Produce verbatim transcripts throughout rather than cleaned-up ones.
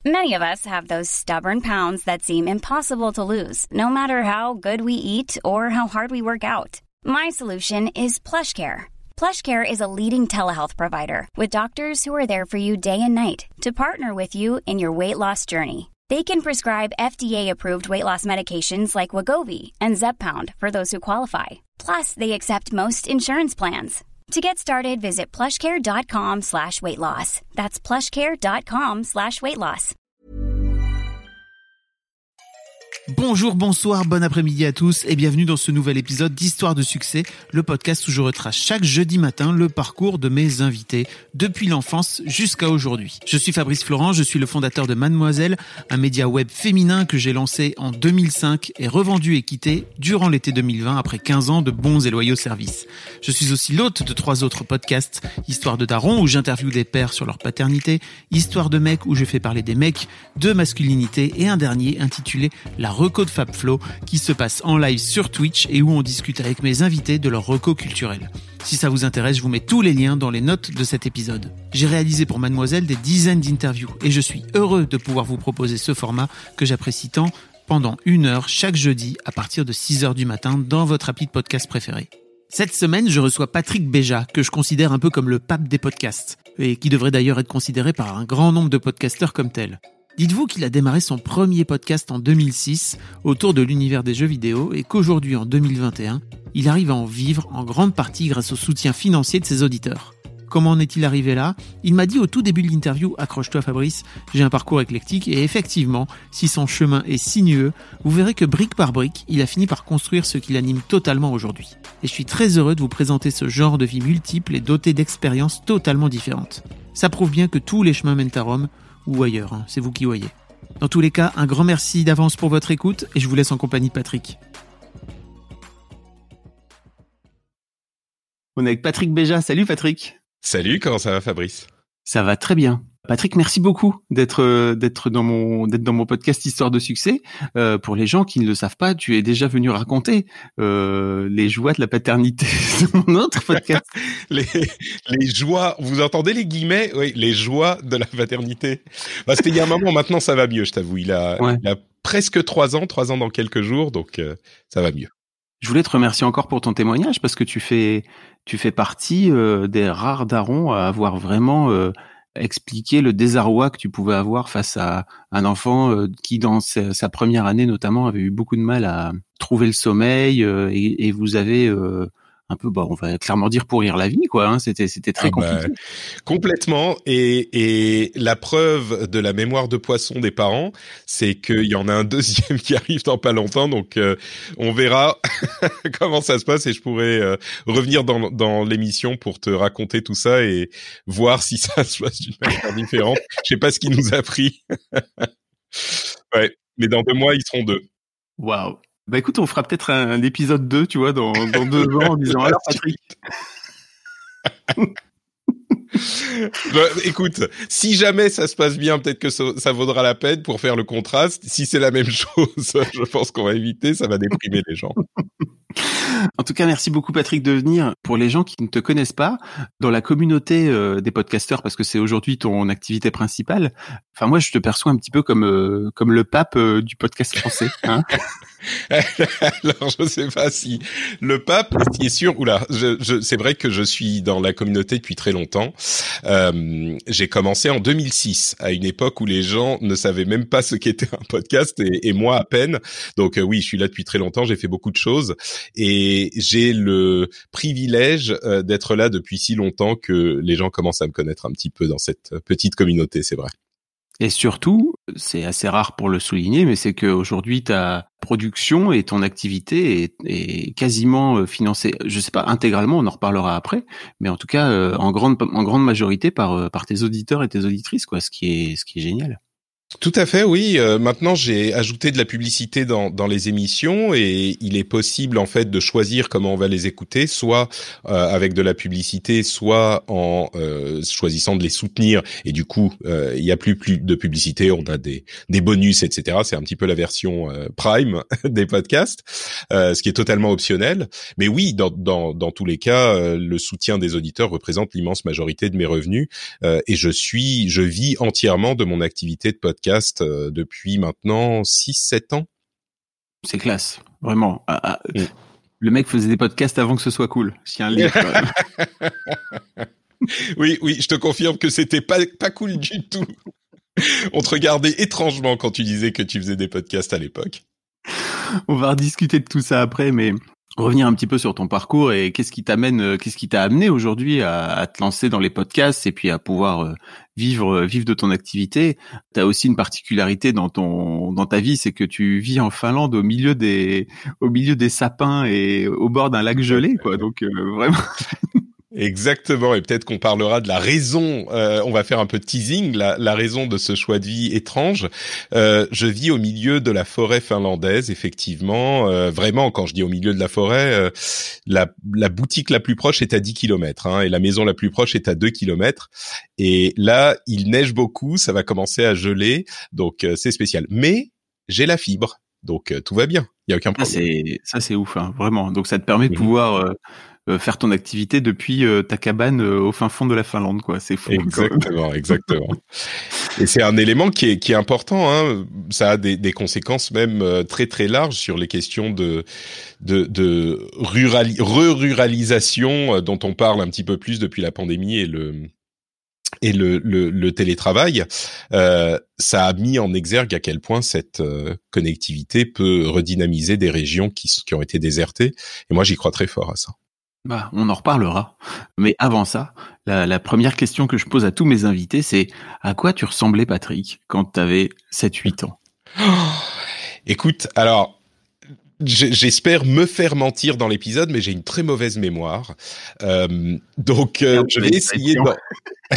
Many of us have those stubborn pounds that seem impossible to lose, no matter how good we eat or how hard we work out. My solution is PlushCare. PlushCare is a leading telehealth provider with doctors who are there for you day and night to partner with you in your weight loss journey. They can prescribe F D A-approved weight loss medications like Wegovy and Zepbound for those who qualify. Plus, they accept most insurance plans. To get started, visit plushcare.com slash weight loss. That's plushcare.com slash weight loss. Bonjour, bonsoir, bon après-midi à tous et bienvenue dans ce nouvel épisode d'Histoire de succès, le podcast où je retrace chaque jeudi matin le parcours de mes invités depuis l'enfance jusqu'à aujourd'hui. Je suis Fabrice Florent, je suis le fondateur de Mademoiselle, un média web féminin que j'ai lancé en deux mille cinq et revendu et quitté durant l'été deux mille vingt après quinze ans de bons et loyaux services. Je suis aussi l'hôte de trois autres podcasts, Histoire de Daron où j'interviewe des pères sur leur paternité, Histoire de Mec où je fais parler des mecs, de masculinité et un dernier intitulé La Reco de FabFlo qui se passe en live sur Twitch et où on discute avec mes invités de leur reco culturel. Si ça vous intéresse, je vous mets tous les liens dans les notes de cet épisode. J'ai réalisé pour Mademoiselle des dizaines d'interviews et je suis heureux de pouvoir vous proposer ce format que j'apprécie tant pendant une heure chaque jeudi à partir de six heures du matin dans votre appli de podcast préféré. Cette semaine, je reçois Patrick Béja, que je considère un peu comme le pape des podcasts et qui devrait d'ailleurs être considéré par un grand nombre de podcasteurs comme tel. Dites-vous qu'il a démarré son premier podcast en deux mille six autour de l'univers des jeux vidéo et qu'aujourd'hui, en deux mille vingt et un, il arrive à en vivre en grande partie grâce au soutien financier de ses auditeurs. Comment en est-il arrivé là ? Il m'a dit au tout début de l'interview « Accroche-toi Fabrice, j'ai un parcours éclectique » et effectivement, si son chemin est sinueux, vous verrez que brique par brique, il a fini par construire ce qui l'anime totalement aujourd'hui. Et je suis très heureux de vous présenter ce genre de vie multiple et doté d'expériences totalement différentes. Ça prouve bien que tous les chemins mènent à Rome, ou ailleurs, hein, c'est vous qui voyez. Dans tous les cas, un grand merci d'avance pour votre écoute et je vous laisse en compagnie de Patrick. On est avec Patrick Béja. Salut Patrick. Salut, comment ça va Fabrice ? Ça va très bien. Patrick, merci beaucoup d'être euh, d'être dans mon d'être dans mon podcast Histoire de succès. Euh, pour les gens qui ne le savent pas, tu es déjà venu raconter euh, les joies de la paternité dans mon autre podcast. les les joies, vous entendez les guillemets ? Oui, les joies de la paternité. Bah, c'était il y a un moment, maintenant ça va mieux, je t'avoue. Il a ouais. il a presque trois ans, trois ans dans quelques jours, donc euh, ça va mieux. Je voulais te remercier encore pour ton témoignage parce que tu fais tu fais partie euh, des rares darons à avoir vraiment euh, expliquer le désarroi que tu pouvais avoir face à un enfant euh, qui, dans sa, sa première année notamment, avait eu beaucoup de mal à trouver le sommeil euh, et, et vous avez euh, un peu, bah, on va clairement dire pourrir la vie, quoi. Hein. C'était, c'était très ah compliqué. Bah, complètement. Et, et la preuve de la mémoire de poisson des parents, c'est qu'il y en a un deuxième qui arrive dans pas longtemps. Donc, euh, on verra comment ça se passe et je pourrais euh, revenir dans, dans l'émission pour te raconter tout ça et voir si ça se passe d'une manière différente. Je sais pas ce qui nous a pris. Ouais. Mais dans deux mois, ils seront deux. Waouh. Bah écoute, on fera peut-être un, un épisode deux, tu vois, dans, dans deux ans en disant « Alors Patrick !» Bah, écoute, si jamais ça se passe bien, peut-être que ça, ça vaudra la peine pour faire le contraste. Si c'est la même chose, je pense qu'on va éviter, ça va déprimer les gens. En tout cas, merci beaucoup Patrick de venir. Pour les gens qui ne te connaissent pas, dans la communauté euh, des podcasteurs, parce que c'est aujourd'hui ton activité principale, enfin moi je te perçois un petit peu comme euh, comme le pape euh, du podcast français. Hein. Alors je sais pas si le pape, ce qui est sûr, oula, je, je, c'est vrai que je suis dans la communauté depuis très longtemps. Euh, j'ai commencé en deux mille six, à une époque où les gens ne savaient même pas ce qu'était un podcast et, et moi à peine. Donc euh, oui, je suis là depuis très longtemps, j'ai fait beaucoup de choses. Et j'ai le privilège euh, d'être là depuis si longtemps que les gens commencent à me connaître un petit peu dans cette petite communauté, c'est vrai. Et surtout, c'est assez rare pour le souligner, mais c'est qu'aujourd'hui, ta production et ton activité est, est quasiment financée, je sais pas, intégralement, on en reparlera après, mais en tout cas, euh, en grande, en grande majorité par, par tes auditeurs et tes auditrices, quoi, ce qui est, ce qui est génial. Tout à fait, oui. Euh, maintenant, j'ai ajouté de la publicité dans, dans les émissions et il est possible en fait de choisir comment on va les écouter, soit euh, avec de la publicité, soit en euh, choisissant de les soutenir. Et du coup, euh, il y a plus plus de publicité, on a des des bonus, et cetera. C'est un petit peu la version euh, Prime des podcasts, euh, ce qui est totalement optionnel. Mais oui, dans dans dans tous les cas, euh, le soutien des auditeurs représente l'immense majorité de mes revenus euh, et je suis, je vis entièrement de mon activité de podcast. podcast euh, depuis maintenant six sept ans. C'est classe, vraiment. Ah, ah, mm. Le mec faisait des podcasts avant que ce soit cool. Je tiens à le dire quand même. Oui, oui, je te confirme que c'était pas, pas cool du tout. On te regardait étrangement quand tu disais que tu faisais des podcasts à l'époque. On va rediscuter de tout ça après, mais revenir un petit peu sur ton parcours et qu'est-ce qui t'amène, qu'est-ce qui t'a amené aujourd'hui à, à te lancer dans les podcasts et puis à pouvoir vivre, vivre de ton activité. T'as aussi une particularité dans ton, dans ta vie, c'est que tu vis en Finlande au milieu des, au milieu des sapins et au bord d'un lac gelé, quoi. Donc euh, vraiment. Exactement, et peut-être qu'on parlera de la raison, euh, on va faire un peu de teasing, la, la raison de ce choix de vie étrange. Euh, je vis au milieu de la forêt finlandaise, effectivement. Euh, vraiment, quand je dis au milieu de la forêt, euh, la, la boutique la plus proche est à dix kilomètres, hein, et la maison la plus proche est à deux kilomètres. Et là, il neige beaucoup, ça va commencer à geler, donc euh, c'est spécial. Mais j'ai la fibre, donc euh, tout va bien, il y a aucun problème. Ça, c'est, ça, c'est ouf, hein, vraiment. Donc ça te permet de mmh. pouvoir... Euh... Euh, faire ton activité depuis euh, ta cabane euh, au fin fond de la Finlande, quoi. C'est fou. Exactement, exactement. Et c'est un élément qui est qui est important. Hein. Ça a des, des conséquences même euh, très très larges sur les questions de de, de rurali- re-ruralisation euh, dont on parle un petit peu plus depuis la pandémie et le et le le, le télétravail. Euh, ça a mis en exergue à quel point cette euh, connectivité peut redynamiser des régions qui qui ont été désertées. Et moi, j'y crois très fort à ça. Bah, on en reparlera. Mais avant ça, la, la première question que je pose à tous mes invités, c'est à quoi tu ressemblais, Patrick, quand tu avais sept huit ans? Oh, écoute, alors, j'espère me faire mentir dans l'épisode, mais j'ai une très mauvaise mémoire. Euh, donc, euh, je vais essayer de...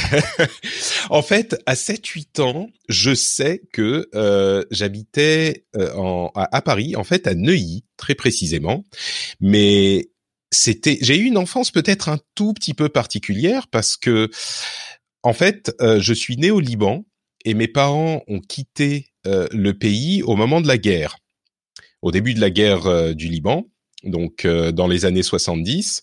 En fait, à sept huit ans, je sais que euh, j'habitais euh, en, à, à Paris, en fait, à Neuilly, très précisément. Mais... C'était, j'ai eu une enfance peut-être un tout petit peu particulière parce que, en fait, euh, je suis né au Liban et mes parents ont quitté euh, le pays au moment de la guerre, au début de la guerre euh, du Liban, donc euh, dans les années soixante-dix.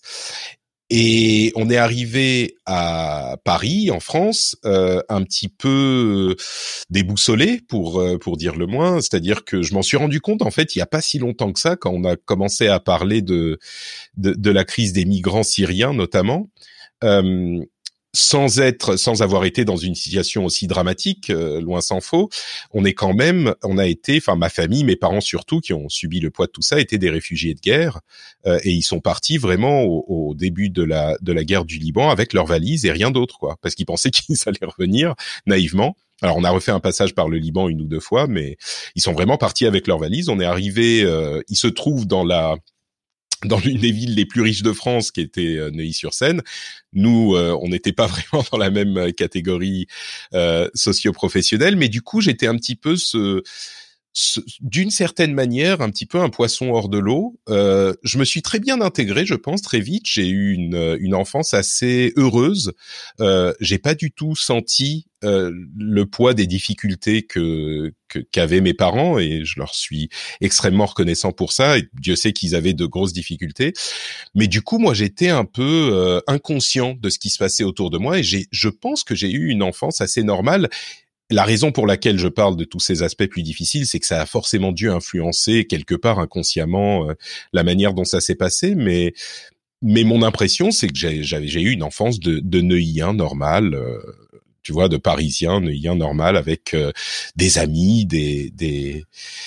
Et on est arrivé à Paris, en France, euh, un petit peu déboussolé, pour euh, pour dire le moins. C'est-à-dire que je m'en suis rendu compte, en fait, il y a pas si longtemps que ça, quand on a commencé à parler de de, de la crise des migrants syriens, notamment. Euh, sans être, sans avoir été dans une situation aussi dramatique, euh, loin s'en faut, on est quand même, on a été, enfin ma famille, mes parents surtout, qui ont subi le poids de tout ça, étaient des réfugiés de guerre, euh, et ils sont partis vraiment au, au début de la de la guerre du Liban avec leurs valises et rien d'autre, quoi, parce qu'ils pensaient qu'ils allaient revenir naïvement. Alors on a refait un passage par le Liban une ou deux fois, mais ils sont vraiment partis avec leurs valises. On est arrivé, euh, ils se trouvent dans la dans l'une des villes les plus riches de France, qui était euh, Neuilly-sur-Seine. Nous, euh, on n'était pas vraiment dans la même catégorie euh, socio-professionnelle, mais du coup, j'étais un petit peu ce, ce, d'une certaine manière, un petit peu un poisson hors de l'eau. Euh, je me suis très bien intégré, je pense, très vite. J'ai eu une, une enfance assez heureuse. Euh, j'ai pas du tout senti euh, le poids des difficultés que, que qu'avaient mes parents, et je leur suis extrêmement reconnaissant pour ça. Et Dieu sait qu'ils avaient de grosses difficultés. Mais du coup, moi, j'étais un peu euh, inconscient de ce qui se passait autour de moi, et j'ai, je pense que j'ai eu une enfance assez normale. La raison pour laquelle je parle de tous ces aspects plus difficiles, c'est que ça a forcément dû influencer quelque part inconsciemment euh, la manière dont ça s'est passé. Mais mais mon impression, c'est que j'ai, j'avais j'ai eu une enfance de, de Neuillien normal. Euh, tu vois, de Parisien, Neuillien normal, avec euh, des amis, des, des,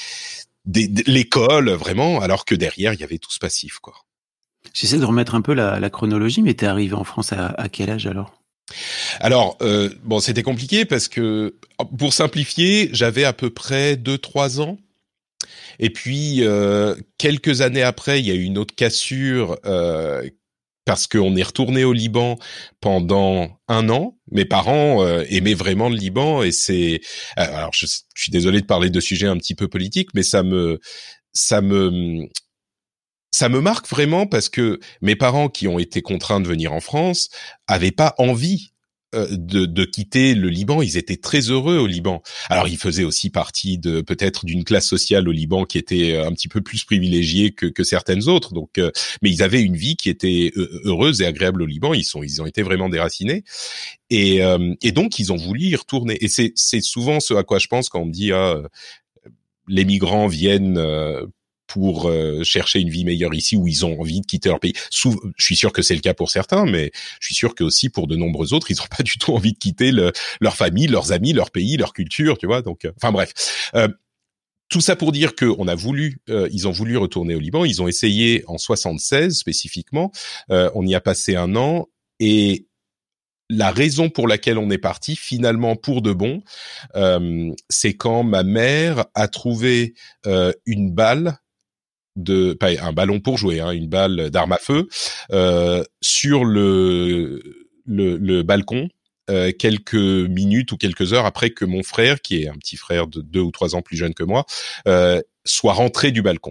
des, de l'école, vraiment, alors que derrière, il y avait tout ce passif, quoi. J'essaie de remettre un peu la, la chronologie, mais t'es arrivé en France à, à quel âge alors ? Alors, euh, bon, c'était compliqué parce que, pour simplifier, j'avais à peu près deux trois ans. Et puis, euh, quelques années après, il y a eu une autre cassure euh, parce qu'on est retourné au Liban pendant un an. Mes parents euh, aimaient vraiment le Liban, et c'est... Alors, je, je suis désolé de parler de sujets un petit peu politiques, mais ça me... ça me... ça me marque vraiment parce que mes parents, qui ont été contraints de venir en France, avaient pas envie de, de quitter le Liban. Ils étaient très heureux au Liban. Alors, ils faisaient aussi partie de peut-être d'une classe sociale au Liban qui était un petit peu plus privilégiée que, que certaines autres. Donc, euh, mais ils avaient une vie qui était heureuse et agréable au Liban. Ils sont, ils ont été vraiment déracinés. Et, euh, et donc, ils ont voulu y retourner. Et c'est, c'est souvent ce à quoi je pense quand on me dit ah, les migrants viennent euh, pour euh, chercher une vie meilleure ici, où ils ont envie de quitter leur pays. Sou- je suis sûr que c'est le cas pour certains, mais je suis sûr que aussi pour de nombreux autres, ils n'ont pas du tout envie de quitter le, leur famille, leurs amis, leur pays, leur culture, tu vois. Donc, euh, enfin bref. Euh, Tout ça pour dire qu'on a voulu, euh, ils ont voulu retourner au Liban. Ils ont essayé en soixante-seize spécifiquement. Euh, on y a passé un an et la raison pour laquelle on est parti, finalement pour de bon, euh, c'est quand ma mère a trouvé euh, une balle de, pas un ballon pour jouer, hein, une balle d'arme à feu euh, sur le le, le balcon. Euh, quelques minutes ou quelques heures après que mon frère, qui est un petit frère de deux ou trois ans plus jeune que moi, euh, soit rentré du balcon.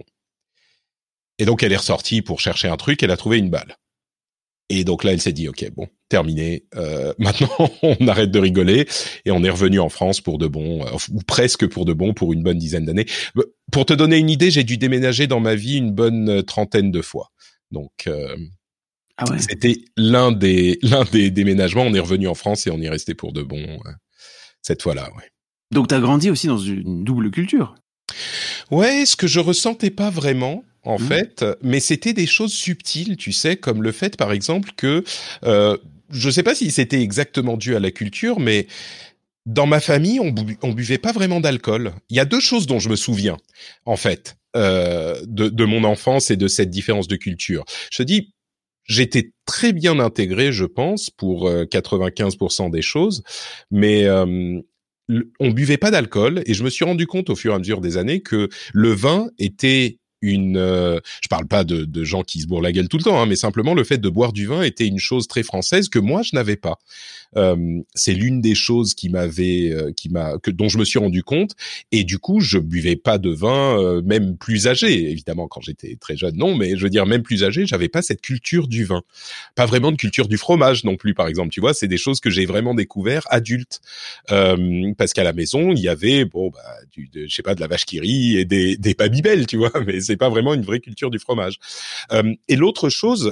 Et donc elle est ressortie pour chercher un truc, elle a trouvé une balle. Et donc là, elle s'est dit, ok, bon, terminé. Euh, maintenant, on arrête de rigoler et on est revenu en France pour de bon, euh, ou presque pour de bon, pour une bonne dizaine d'années. Pour te donner une idée, j'ai dû déménager dans ma vie une bonne trentaine de fois. Donc euh, Ah ouais. c'était l'un des l'un des déménagements. On est revenu en France et on y est resté pour de bon euh, cette fois-là. Ouais. Donc t'as grandi aussi dans une double culture. Ouais, ce que je ressentais pas vraiment en mmh. fait, mais c'était des choses subtiles, tu sais, comme le fait par exemple que euh, je sais pas si c'était exactement dû à la culture, mais dans ma famille, on, bu- on buvait pas vraiment d'alcool. Il y a deux choses dont je me souviens en fait euh, de, de mon enfance et de cette différence de culture. Je te dis. J'étais très bien intégré, je pense, pour euh, quatre-vingt-quinze pour cent des choses, mais euh, on buvait pas d'alcool et je me suis rendu compte au fur et à mesure des années que le vin était une... Euh, je parle pas de, de gens qui se bourrent la gueule tout le temps, hein, mais simplement le fait de boire du vin était une chose très française que moi je n'avais pas. Euh, c'est l'une des choses qui m'avait, euh, qui m'a, que dont je me suis rendu compte. Et du coup, je buvais pas de vin, euh, même plus âgé. Évidemment, quand j'étais très jeune, non, mais je veux dire même plus âgé, j'avais pas cette culture du vin, pas vraiment de culture du fromage non plus. Par exemple, tu vois, c'est des choses que j'ai vraiment découvert adulte, euh, parce qu'à la maison, il y avait bon, bah, du, de, je sais pas, de la vache qui rit et des des Babybel, tu vois, mais c'est pas vraiment une vraie culture du fromage. Euh, et l'autre chose.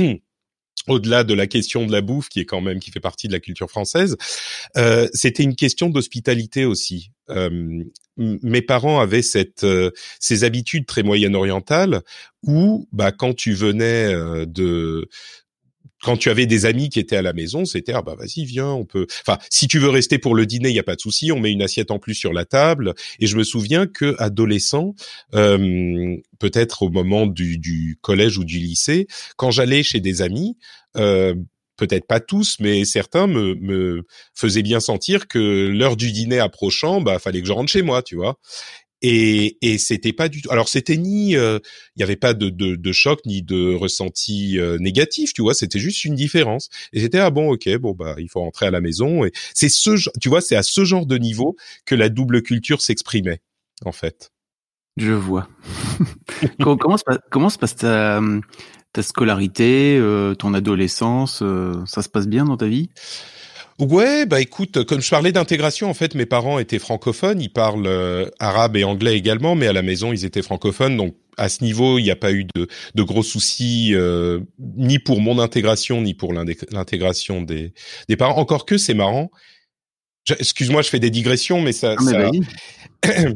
Au-delà de la question de la bouffe, qui est quand même qui fait partie de la culture française, euh, c'était une question d'hospitalité aussi. Euh, m- mes parents avaient cette euh, ces habitudes très moyen-orientales où, bah, quand tu venais euh, de quand tu avais des amis qui étaient à la maison, c'était ah bah vas-y viens, on peut. Enfin, si tu veux rester pour le dîner, il y a pas de souci, on met une assiette en plus sur la table. Et je me souviens que adolescent, euh, peut-être au moment du, du collège ou du lycée, quand j'allais chez des amis, euh, peut-être pas tous, mais certains me, me faisaient bien sentir que l'heure du dîner approchant, bah fallait que je rentre chez moi, tu vois. Et, et c'était pas du tout. Alors c'était ni, il euh, y avait pas de, de, de choc ni de ressenti euh, négatif, tu vois. C'était juste une différence. Et c'était ah bon, ok, bon bah il faut rentrer à la maison. Et c'est ce, tu vois, c'est à ce genre de niveau que la double culture s'exprimait, en fait. Je vois. comment se passe, comment se passe ta, ta scolarité, euh, ton adolescence, euh, ça se passe bien dans ta vie? Ouais, bah écoute, comme je parlais d'intégration, en fait, mes parents étaient francophones, ils parlent euh, arabe et anglais également, mais à la maison, ils étaient francophones, donc à ce niveau, il n'y a pas eu de, de gros soucis, euh, ni pour mon intégration, ni pour l'intégration des, des parents. Encore que, c'est marrant. Je, excuse-moi, je fais des digressions, mais ça... Ah, mais ça...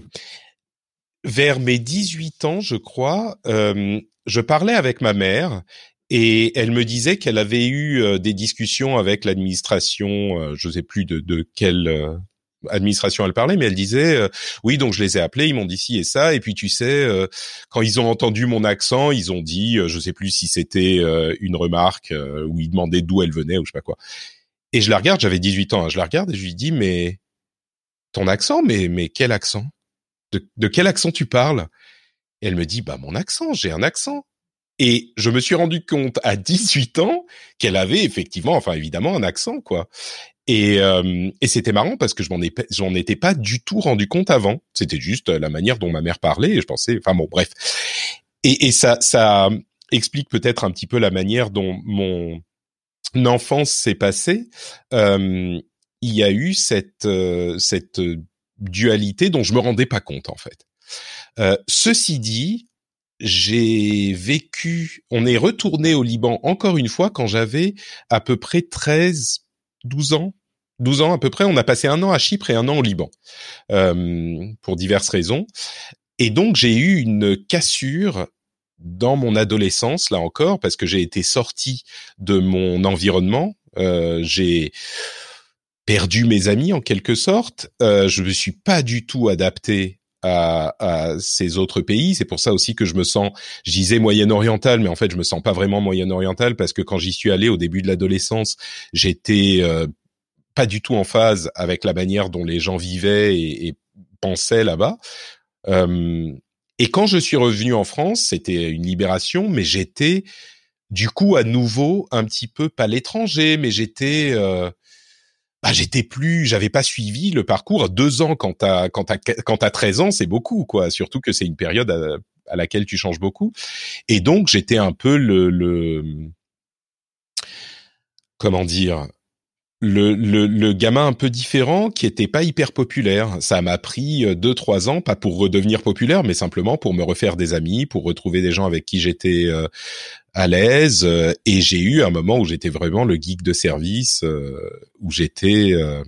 Vers mes dix-huit ans, je crois, euh, je parlais avec ma mère, et elle me disait qu'elle avait eu euh, des discussions avec l'administration, euh, je ne sais plus de, de quelle euh, administration elle parlait, mais elle disait euh, oui, donc je les ai appelés, ils m'ont dit ci et ça, et puis tu sais, euh, quand ils ont entendu mon accent, ils ont dit, euh, je ne sais plus si c'était euh, une remarque euh, où ils demandaient d'où elle venait ou je sais pas quoi. Et je la regarde, j'avais dix-huit ans, hein, je la regarde et je lui dis mais ton accent, mais mais quel accent? De, de quel accent tu parles? Et elle me dit bah mon accent, j'ai un accent. Et je me suis rendu compte à dix-huit ans qu'elle avait effectivement, enfin évidemment, un accent, quoi. Et, euh, et c'était marrant parce que je m'en ai, j'en étais pas du tout rendu compte avant. C'était juste la manière dont ma mère parlait. Et je pensais, enfin bon, bref. Et, et ça, ça explique peut-être un petit peu la manière dont mon enfance s'est passée, euh, il y a eu cette euh, cette dualité dont je me rendais pas compte en fait. Euh, ceci dit, j'ai vécu, on est retourné au Liban encore une fois quand j'avais à peu près treize, douze ans. douze ans à peu près, on a passé un an à Chypre et un an au Liban, euh, pour diverses raisons. Et donc, j'ai eu une cassure dans mon adolescence, là encore, parce que j'ai été sorti de mon environnement. Euh, j'ai perdu mes amis, en quelque sorte. Euh, je me suis pas du tout adapté à, à ces autres pays. C'est pour ça aussi que je me sens, je disais moyen-oriental, mais en fait, je me sens pas vraiment moyen-oriental, parce que quand j'y suis allé au début de l'adolescence, j'étais... Euh, pas du tout en phase avec la manière dont les gens vivaient et, et pensaient là-bas. Euh, et quand je suis revenu en France, c'était une libération, mais j'étais du coup à nouveau un petit peu pas l'étranger, mais j'étais, euh, bah j'étais plus, j'avais pas suivi le parcours. Deux ans quand t'as quand t'as quand t'as treize ans, c'est beaucoup quoi. Surtout que c'est une période à, à laquelle tu changes beaucoup. Et donc j'étais un peu le, le comment dire. Le, le, le gamin un peu différent qui était pas hyper populaire. Ça m'a pris deux, trois ans, pas pour redevenir populaire, mais simplement pour me refaire des amis, pour retrouver des gens avec qui j'étais euh, à l'aise. Euh, et j'ai eu un moment où j'étais vraiment le geek de service, euh, où j'étais... Euh,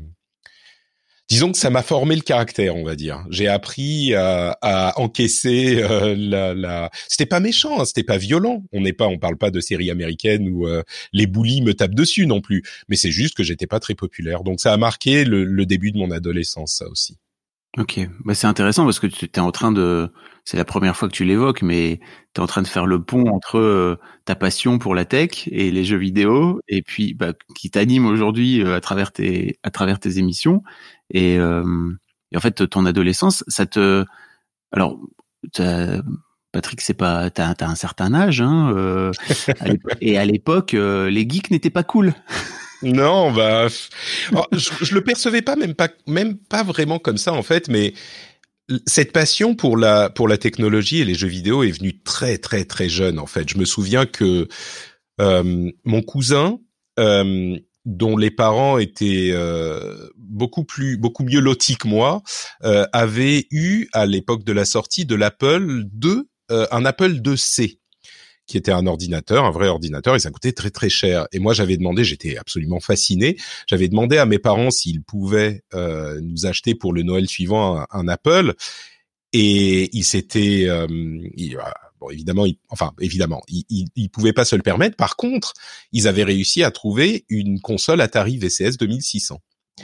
disons que ça m'a formé le caractère, on va dire. J'ai appris à, à encaisser euh, la, la. C'était pas méchant, hein, c'était pas violent. On n'est pas, on parle pas de séries américaines où euh, les bullies me tapent dessus non plus. Mais c'est juste que j'étais pas très populaire. Donc ça a marqué le, le début de mon adolescence, ça aussi. Ok, bah c'est intéressant parce que tu es en train de, c'est la première fois que tu l'évoques, mais tu es en train de faire le pont entre euh, ta passion pour la tech et les jeux vidéo, et puis bah, qui t'anime aujourd'hui euh, à travers tes à travers tes émissions, et, euh, et en fait ton adolescence, ça te, alors t'as, Patrick, c'est pas, t'as, t'as un certain âge, hein, euh, à et à l'époque euh, les geeks n'étaient pas cool. Non, bah, alors, je, je le percevais pas, même pas, même pas vraiment comme ça en fait, mais cette passion pour la pour la technologie et les jeux vidéo est venue très très très jeune en fait. Je me souviens que euh, mon cousin, euh, dont les parents étaient euh, beaucoup plus beaucoup mieux lotis que moi, euh, avait eu à l'époque de la sortie de l'Apple deux, euh, un Apple deux C. Qui était un ordinateur, un vrai ordinateur, et ça coûtait très très cher. Et moi, j'avais demandé, j'étais absolument fasciné, j'avais demandé à mes parents s'ils pouvaient euh, nous acheter pour le Noël suivant un, un Apple, et ils s'étaient, euh, ils, bon évidemment, ils, enfin évidemment, ils, ils, ils pouvaient pas se le permettre. Par contre, ils avaient réussi à trouver une console Atari V C S deux mille six cents.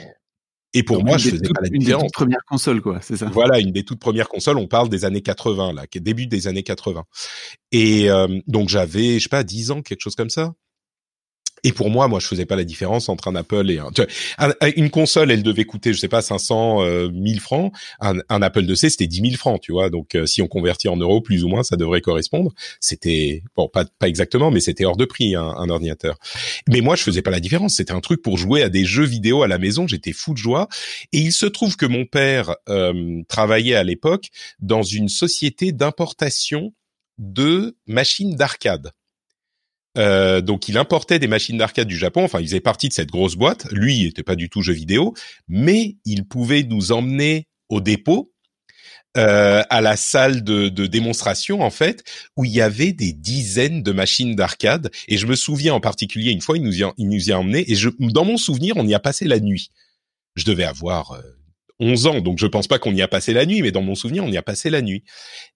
Et pour Donc, moi, je faisais toutes, pas la une différence. Une des toutes premières consoles, quoi, c'est ça. Voilà, une des toutes premières consoles. On parle des années quatre-vingts, là, qui est début des années quatre-vingts. Et euh, donc j'avais, je sais pas, dix ans, quelque chose comme ça. Et pour moi, moi, je faisais pas la différence entre un Apple et un... Tu vois, une console, elle devait coûter, je sais pas, cinq cents, euh, mille francs. Un, un Apple deux C, c'était dix mille francs, tu vois. Donc, euh, si on convertit en euros, plus ou moins, ça devrait correspondre. C'était, bon, pas, pas exactement, mais c'était hors de prix, un, un ordinateur. Mais moi, je faisais pas la différence. C'était un truc pour jouer à des jeux vidéo à la maison. J'étais fou de joie. Et il se trouve que mon père euh, travaillait à l'époque dans une société d'importation de machines d'arcade. Euh, donc il importait des machines d'arcade du Japon, enfin il faisait partie de cette grosse boîte, lui il était pas du tout jeu vidéo, mais il pouvait nous emmener au dépôt, euh, à la salle de, de démonstration en fait, où il y avait des dizaines de machines d'arcade, et je me souviens en particulier une fois il nous y a, il nous y a emmené, et je, dans mon souvenir on y a passé la nuit. Je devais avoir euh, onze ans, donc je pense pas qu'on y a passé la nuit, mais dans mon souvenir on y a passé la nuit.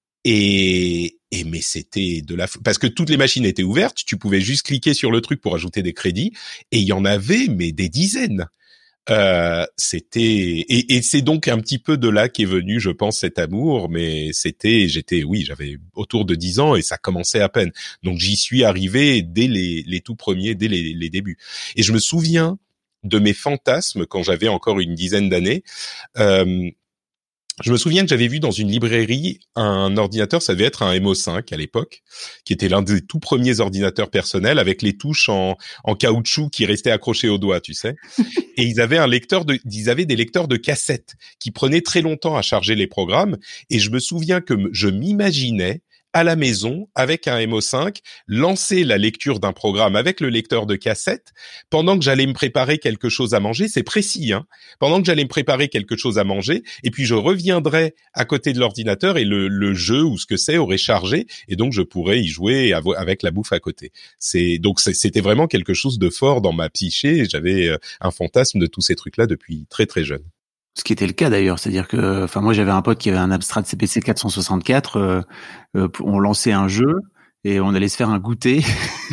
Et, et mais c'était de la, parce que toutes les machines étaient ouvertes, tu pouvais juste cliquer sur le truc pour ajouter des crédits, et il y en avait mais des dizaines. Euh, c'était, et, et c'est donc un petit peu de là qu'est venu, je pense, cet amour. Mais c'était, j'étais, oui, j'avais autour de dix ans et ça commençait à peine. Donc j'y suis arrivé dès les, les tout premiers, dès les, les débuts. Et je me souviens de mes fantasmes quand j'avais encore une dizaine d'années. Euh, Je me souviens que j'avais vu dans une librairie un ordinateur, ça devait être un M O cinq à l'époque, qui était l'un des tout premiers ordinateurs personnels avec les touches en, en caoutchouc qui restaient accrochées au doigt, tu sais. Et ils avaient un lecteur de, ils avaient des lecteurs de cassettes qui prenaient très longtemps à charger les programmes. Et je me souviens que je m'imaginais à la maison avec un M O cinq, lancer la lecture d'un programme avec le lecteur de cassette pendant que j'allais me préparer quelque chose à manger. C'est précis, hein. Pendant que j'allais me préparer quelque chose à manger, et puis je reviendrais à côté de l'ordinateur et le, le jeu ou ce que c'est aurait chargé, et donc je pourrais y jouer avec la bouffe à côté. C'est donc c'était vraiment quelque chose de fort dans ma psyché. Et j'avais un fantasme de tous ces trucs-là depuis très très jeune. Ce qui était le cas d'ailleurs, c'est-à-dire que, enfin moi j'avais un pote qui avait un Amstrad C P C quatre cent soixante-quatre, euh, euh, on lançait un jeu et on allait se faire un goûter.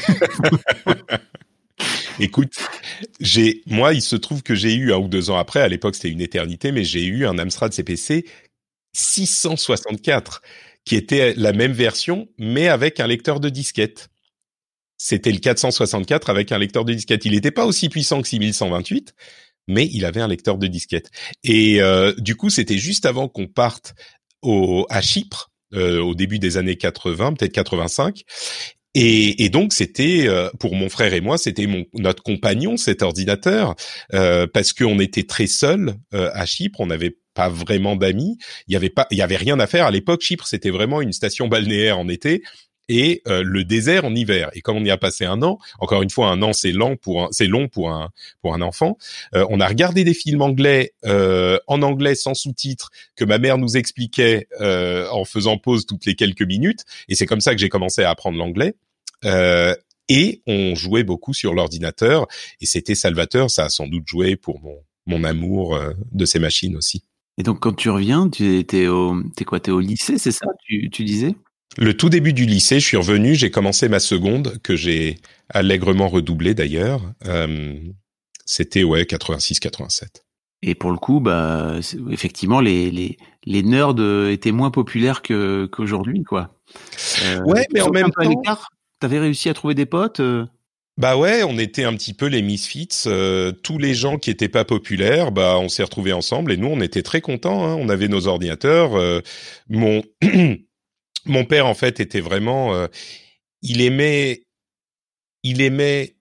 Écoute, j'ai, moi il se trouve que j'ai eu un ou deux ans après, à l'époque c'était une éternité, mais j'ai eu un Amstrad C P C six cent soixante-quatre qui était la même version mais avec un lecteur de disquette. C'était le quatre cent soixante-quatre avec un lecteur de disquette. Il n'était pas aussi puissant que six mille cent vingt-huit. Mais il avait un lecteur de disquette. Et euh, du coup, c'était juste avant qu'on parte au, à Chypre, euh, au début des années quatre-vingts, peut-être quatre-vingt-cinq. Et, et donc, c'était, euh, pour mon frère et moi, c'était mon, notre compagnon, cet ordinateur, euh, parce qu'on était très seuls euh, à Chypre, on n'avait pas vraiment d'amis, il y avait pas, il y avait rien à faire. À l'époque, Chypre, c'était vraiment une station balnéaire en été, et euh, le désert en hiver. Et comme on y a passé un an, encore une fois, un an c'est lent pour un, c'est long pour un pour un enfant. Euh, on a regardé des films anglais euh, en anglais sans sous-titres que ma mère nous expliquait euh, en faisant pause toutes les quelques minutes. Et c'est comme ça que j'ai commencé à apprendre l'anglais. Euh, et on jouait beaucoup sur l'ordinateur. Et c'était salvateur. Ça a sans doute joué pour mon mon amour euh, de ces machines aussi. Et donc quand tu reviens, tu t'es au t'es quoi, t'es au lycée, c'est ça? Tu tu disais? Le tout début du lycée, je suis revenu, j'ai commencé ma seconde, que j'ai allègrement redoublée d'ailleurs. Euh, c'était, ouais, quatre-vingt-six quatre-vingt-sept. Et pour le coup, bah, effectivement, les, les, les nerds étaient moins populaires que, qu'aujourd'hui, quoi. Euh, ouais, mais en même temps... T'avais réussi à trouver des potes euh... Bah ouais, on était un petit peu les misfits. Euh, tous les gens qui étaient pas populaires, bah on s'est retrouvés ensemble et nous, on était très contents. Hein. On avait nos ordinateurs. Euh, mon... Mon père, en fait, était vraiment... Euh, il aimait... Il aimait...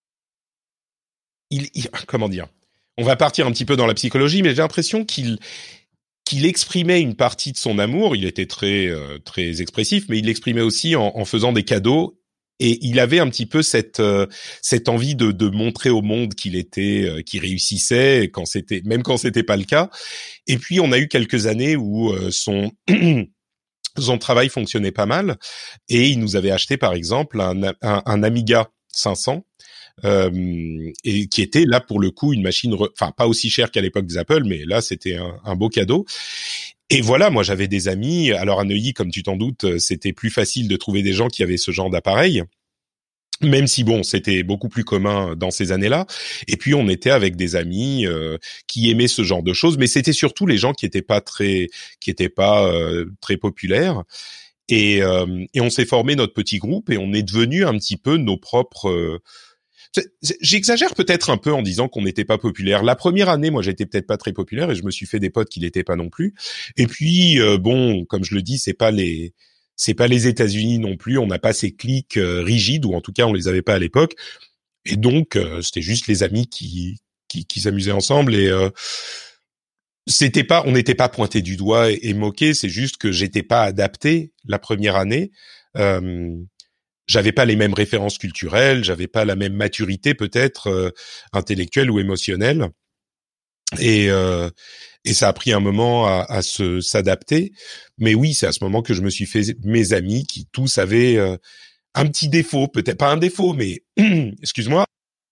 Il, il, comment dire? On va partir un petit peu dans la psychologie, mais j'ai l'impression qu'il qu'il exprimait une partie de son amour. Il était très euh, très expressif, mais il l'exprimait aussi en, en faisant des cadeaux. Et il avait un petit peu cette euh, cette envie de, de montrer au monde qu'il était, euh, qu'il réussissait, quand c'était même quand c'était pas le cas. Et puis on a eu quelques années où euh, son son travail fonctionnait pas mal et il nous avait acheté par exemple un, un, un Amiga cinq cents euh, et qui était là pour le coup une machine, re... enfin pas aussi chère qu'à l'époque des Apple, mais là c'était un, un beau cadeau. Et voilà, moi j'avais des amis. Alors à Neuilly, comme tu t'en doutes, c'était plus facile de trouver des gens qui avaient ce genre d'appareil. Même si bon, c'était beaucoup plus commun dans ces années-là. Et puis on était avec des amis euh, qui aimaient ce genre de choses, mais c'était surtout les gens qui étaient pas très, qui étaient pas euh, très populaires. Et, euh, et on s'est formé notre petit groupe et on est devenu un petit peu nos propres. Euh... J'exagère peut-être un peu en disant qu'on n'était pas populaire. La première année, moi, j'étais peut-être pas très populaire et je me suis fait des potes qui l'étaient pas non plus. Et puis euh, bon, comme je le dis, c'est pas les C'est pas les États-Unis non plus, on n'a pas ces clics euh, rigides, ou en tout cas on les avait pas à l'époque. Et donc euh, c'était juste les amis qui qui, qui s'amusaient ensemble et euh, c'était pas, on n'était pas pointé du doigt et, et moqué. C'est juste que j'étais pas adapté la première année. Euh, j'avais pas les mêmes références culturelles, j'avais pas la même maturité peut-être euh, intellectuelle ou émotionnelle. Et euh, et ça a pris un moment à, à se s'adapter, mais oui, c'est à ce moment que je me suis fait mes amis qui tous avaient euh, un petit défaut, peut-être pas un défaut, mais excuse-moi,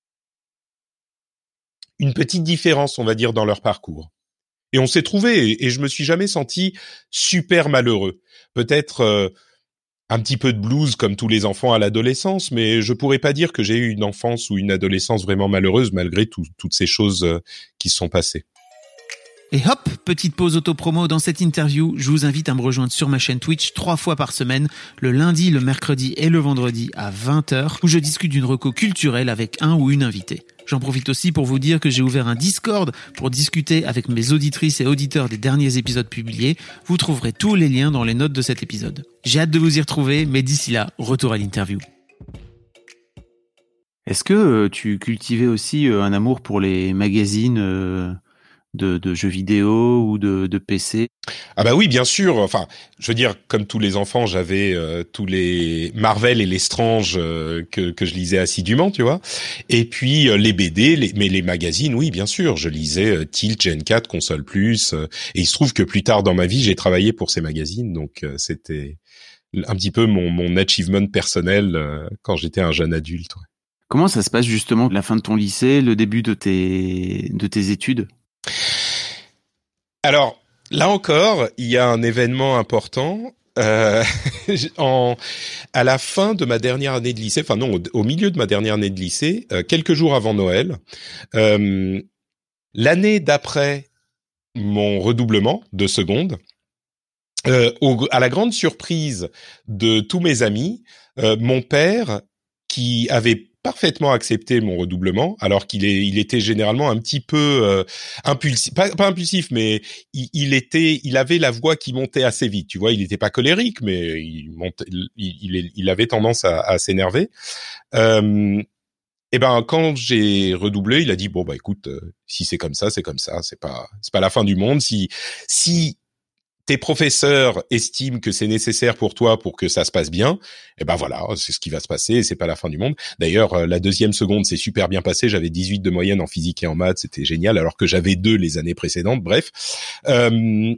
une petite différence, on va dire, dans leur parcours. Et on s'est trouvés, et, et je me suis jamais senti super malheureux. Peut-être euh, un petit peu de blues comme tous les enfants à l'adolescence, mais je pourrais pas dire que j'ai eu une enfance ou une adolescence vraiment malheureuse malgré tout, toutes ces choses euh, qui se sont passées. Et hop, petite pause auto-promo dans cette interview. Je vous invite à me rejoindre sur ma chaîne Twitch trois fois par semaine, le lundi, le mercredi et le vendredi à vingt heures, où je discute d'une reco culturelle avec un ou une invitée. J'en profite aussi pour vous dire que j'ai ouvert un Discord pour discuter avec mes auditrices et auditeurs des derniers épisodes publiés. Vous trouverez tous les liens dans les notes de cet épisode. J'ai hâte de vous y retrouver, mais d'ici là, retour à l'interview. Est-ce que euh, tu cultivais aussi euh, un amour pour les magazines euh de, de jeux vidéo ou de, de P C? Ah bah oui, bien sûr. Enfin, je veux dire, comme tous les enfants, j'avais euh, tous les Marvel et les Strange euh, que que je lisais assidûment, tu vois. Et puis euh, les B D, les, mais les magazines, oui, bien sûr, je lisais euh, Tilt, Gen quatre, Console Plus. Euh, et il se trouve que plus tard dans ma vie, j'ai travaillé pour ces magazines, donc euh, c'était un petit peu mon mon achievement personnel euh, quand j'étais un jeune adulte. Ouais. Comment ça se passe justement la fin de ton lycée, le début de tes de tes études? Alors. Là encore, il y a un événement important. Euh, en, à la fin de ma dernière année de lycée, enfin non, au, au milieu de ma dernière année de lycée, euh, quelques jours avant Noël, euh, l'année d'après mon redoublement de seconde, euh, au, à la grande surprise de tous mes amis, euh, mon père, qui avait parfaitement accepté mon redoublement, alors qu'il est, il était généralement un petit peu euh, impulsif, pas, pas impulsif, mais il, il était, il avait la voix qui montait assez vite. Tu vois, il n'était pas colérique, mais il montait, il, il, il avait tendance à, à s'énerver. Euh, et ben, quand j'ai redoublé, il a dit bon bah écoute, euh, si c'est comme ça, c'est comme ça, c'est pas, c'est pas la fin du monde. Si, si tes professeurs estiment que c'est nécessaire pour toi pour que ça se passe bien, eh ben voilà, c'est ce qui va se passer et c'est pas la fin du monde. D'ailleurs, la deuxième seconde s'est super bien passée, j'avais dix-huit de moyenne en physique et en maths, c'était génial, alors que j'avais deux les années précédentes, bref. Euh,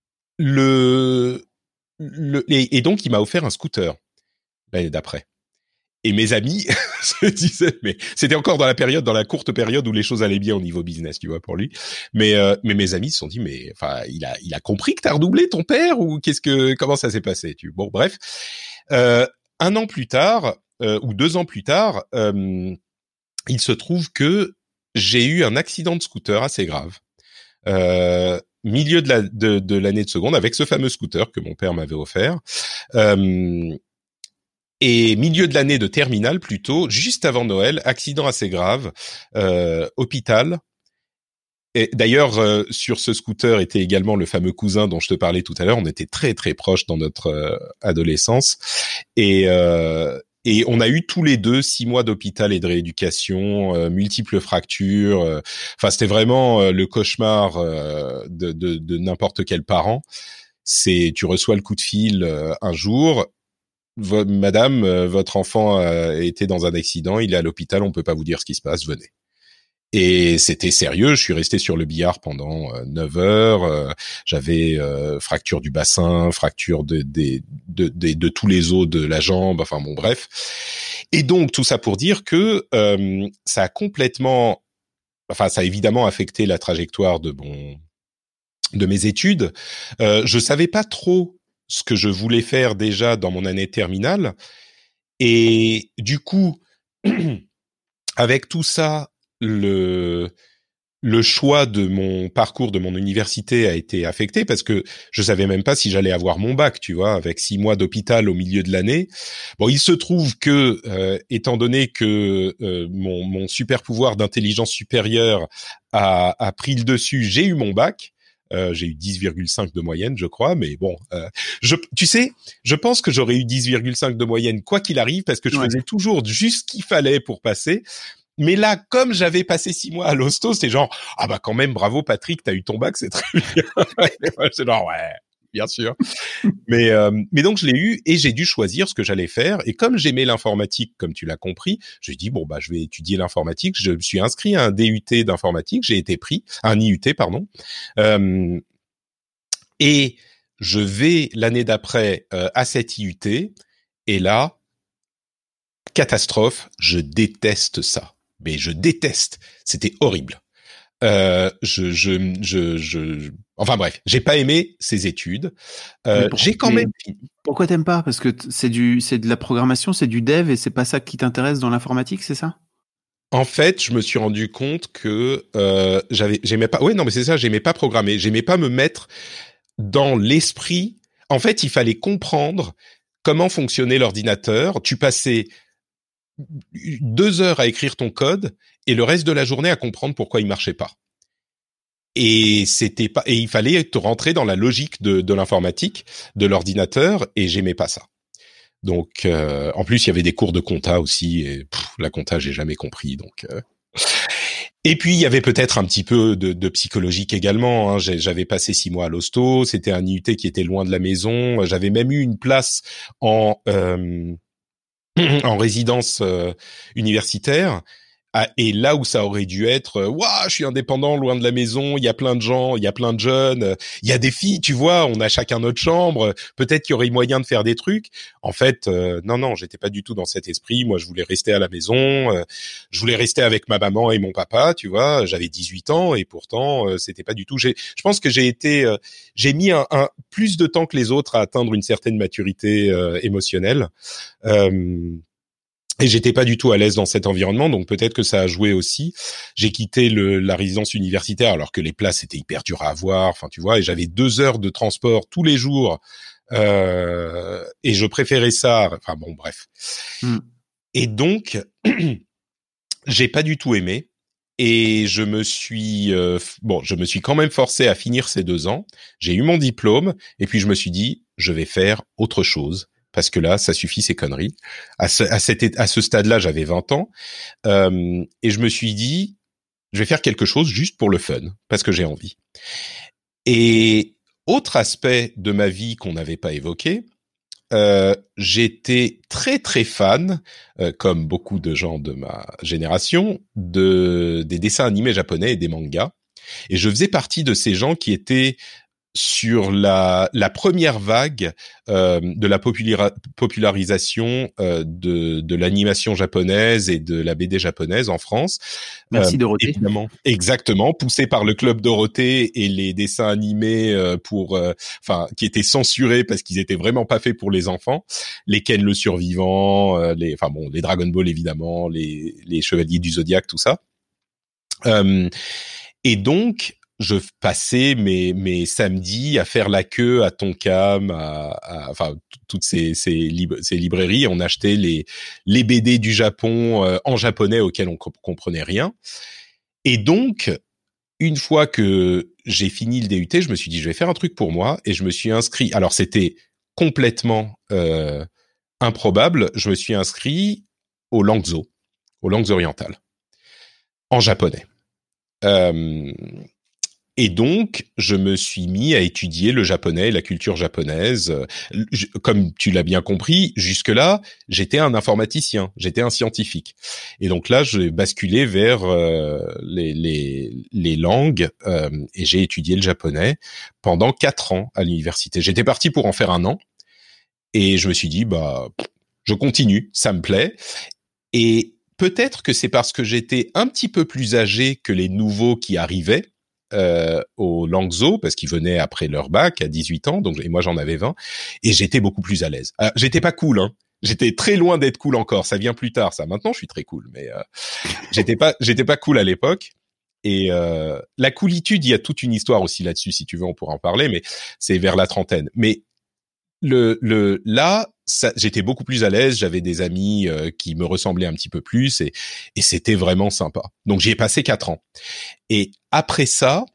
le, le, et, et donc, il m'a offert un scooter l'année d'après. Et mes amis se disaient, mais c'était encore dans la période, dans la courte période où les choses allaient bien au niveau business, tu vois, pour lui. Mais, euh, mais mes amis se sont dit, mais enfin, il a, il a compris que t'as redoublé ton père ou qu'est-ce que, comment ça s'est passé, tu bon, bref. Euh, un an plus tard euh, ou deux ans plus tard, euh, il se trouve que j'ai eu un accident de scooter assez grave. Euh, milieu de la de, de l'année de seconde avec ce fameux scooter que mon père m'avait offert. Euh, Et milieu de l'année de terminale plutôt, juste avant Noël, accident assez grave, euh, hôpital. Et d'ailleurs, euh, sur ce scooter était également le fameux cousin dont je te parlais tout à l'heure. On était très très proches dans notre euh, adolescence, et euh, et on a eu tous les deux six mois d'hôpital et de rééducation, euh, multiples fractures. Euh, enfin, c'était vraiment euh, le cauchemar euh, de, de, de n'importe quel parent. C'est, tu reçois le coup de fil euh, un jour. Madame, euh, votre enfant a été dans un accident, il est à l'hôpital, on peut pas vous dire ce qui se passe, venez. Et c'était sérieux, je suis resté sur le billard pendant euh, neuf heures, euh, j'avais euh, fracture du bassin, fracture de, de, de, de, de tous les os de la jambe, enfin bon bref. Et donc tout ça pour dire que euh, ça a complètement, enfin ça a évidemment affecté la trajectoire de mon, de mes études. Euh, je savais pas trop ce que je voulais faire déjà dans mon année terminale. Et du coup, avec tout ça, le, le choix de mon parcours de mon université a été affecté parce que je savais même pas si j'allais avoir mon bac, tu vois, avec six mois d'hôpital au milieu de l'année. Bon, il se trouve que, euh, étant donné que euh, mon, mon super pouvoir d'intelligence supérieure a, a pris le dessus, j'ai eu mon bac. Euh, j'ai eu dix virgule cinq de moyenne, je crois, mais bon, euh, je, tu sais, je pense que j'aurais eu dix virgule cinq de moyenne quoi qu'il arrive, parce que je ouais. faisais toujours juste ce qu'il fallait pour passer. Mais là, comme j'avais passé six mois à l'hosto, c'était genre, ah bah quand même, bravo Patrick, t'as eu ton bac, c'est très bien. C'est genre, ouais, bien sûr. mais euh, mais donc je l'ai eu et j'ai dû choisir ce que j'allais faire. Et comme j'aimais l'informatique, comme tu l'as compris, j'ai dit bon bah je vais étudier l'informatique. Je me suis inscrit à un D U T d'informatique. J'ai été pris, un I U T pardon. Euh, et je vais l'année d'après euh, à cet I U T. Et là, catastrophe. Je déteste ça. Mais je déteste. C'était horrible. Euh, je, je, je, je, enfin bref, j'ai pas aimé ces études. Euh, pour, j'ai quand même. Pourquoi t'aimes pas ? Parce que c'est du, c'est de la programmation, c'est du dev et c'est pas ça qui t'intéresse dans l'informatique, c'est ça ? En fait, je me suis rendu compte que euh, j'avais, j'aimais pas. Ouais, non, mais c'est ça, j'aimais pas programmer, j'aimais pas me mettre dans l'esprit. En fait, il fallait comprendre comment fonctionnait l'ordinateur. Tu passais deux heures à écrire ton code et le reste de la journée à comprendre pourquoi il marchait pas. Et c'était pas, et il fallait te rentrer dans la logique de, de l'informatique, de l'ordinateur, et j'aimais pas ça. Donc, euh, en plus, il y avait des cours de compta aussi, et pff, la compta, j'ai jamais compris. Donc, euh... Et puis il y avait peut-être un petit peu de, de psychologique également. Hein. J'avais passé six mois à l'hosto, c'était un I U T qui était loin de la maison. J'avais même eu une place en euh, en résidence euh, universitaire. Ah, et là où ça aurait dû être, euh, waouh, je suis indépendant, loin de la maison, il y a plein de gens, il y a plein de jeunes, euh, il y a des filles, tu vois, on a chacun notre chambre, peut-être qu'il y aurait moyen de faire des trucs. En fait, euh, non, non, j'étais pas du tout dans cet esprit. Moi, je voulais rester à la maison, euh, je voulais rester avec ma maman et mon papa, tu vois. J'avais dix-huit ans et pourtant, euh, c'était pas du tout. J'ai, je pense que j'ai été, euh, j'ai mis un, un plus de temps que les autres à atteindre une certaine maturité euh, émotionnelle. Euh, Et j'étais pas du tout à l'aise dans cet environnement, donc peut-être que ça a joué aussi. J'ai quitté le, la résidence universitaire alors que les places étaient hyper dures à avoir. Enfin, tu vois, et j'avais deux heures de transport tous les jours, euh, et je préférais ça. Enfin bon, bref. Mm. Et donc, j'ai pas du tout aimé. Et je me suis euh, bon, je me suis quand même forcé à finir ces deux ans. J'ai eu mon diplôme, et puis je me suis dit, je vais faire autre chose. Parce que là, ça suffit ces conneries. À ce, à cette, à ce stade-là, j'avais vingt ans. Euh, et je me suis dit, je vais faire quelque chose juste pour le fun, parce que j'ai envie. Et autre aspect de ma vie qu'on n'avait pas évoqué, euh, j'étais très très fan, euh, comme beaucoup de gens de ma génération, de, des dessins animés japonais et des mangas. Et je faisais partie de ces gens qui étaient sur la, la première vague euh, de la popula- popularisation euh, de, de l'animation japonaise et de la B D japonaise en France. Merci euh, Dorothée. Évidemment, exactement, poussé par le Club Dorothée et les dessins animés euh, pour, euh, enfin, qui étaient censurés parce qu'ils étaient vraiment pas faits pour les enfants. Les Ken le Survivant, euh, les, enfin bon, les Dragon Ball évidemment, les, les Chevaliers du Zodiaque, tout ça. Euh, et donc je passais mes mes samedis à faire la queue à Tonkam, à, à enfin toutes ces ces, lib- ces librairies. On achetait les les B D du Japon euh, en japonais auxquels on comp- comprenait rien. Et donc une fois que j'ai fini le D U T, je me suis dit je vais faire un truc pour moi et je me suis inscrit. Alors c'était complètement euh, improbable. Je me suis inscrit au Langzo, aux langues orientales, en japonais. Euh, Et donc, je me suis mis à étudier le japonais et la culture japonaise. Je, comme tu l'as bien compris, jusque-là, j'étais un informaticien, j'étais un scientifique. Et donc là, j'ai basculé vers euh, les, les, les langues euh, et j'ai étudié le japonais pendant quatre ans à l'université. J'étais parti pour en faire un an et je me suis dit, bah, je continue, ça me plaît. Et peut-être que c'est parce que j'étais un petit peu plus âgé que les nouveaux qui arrivaient, Euh, au Langzo, parce qu'ils venaient après leur bac à dix-huit ans, donc et moi j'en avais vingt, et j'étais beaucoup plus à l'aise. Alors, j'étais pas cool, hein. J'étais très loin d'être cool encore. Ça vient plus tard, ça. Maintenant, je suis très cool, mais euh, j'étais pas, j'étais pas cool à l'époque. Et euh, la coolitude, il y a toute une histoire aussi là-dessus. Si tu veux, on pourra en parler, mais c'est vers la trentaine. Mais le, le, là, ça, j'étais beaucoup plus à l'aise. J'avais des amis euh, qui me ressemblaient un petit peu plus, et, et c'était vraiment sympa. Donc, j'y ai passé quatre ans. Et après ça,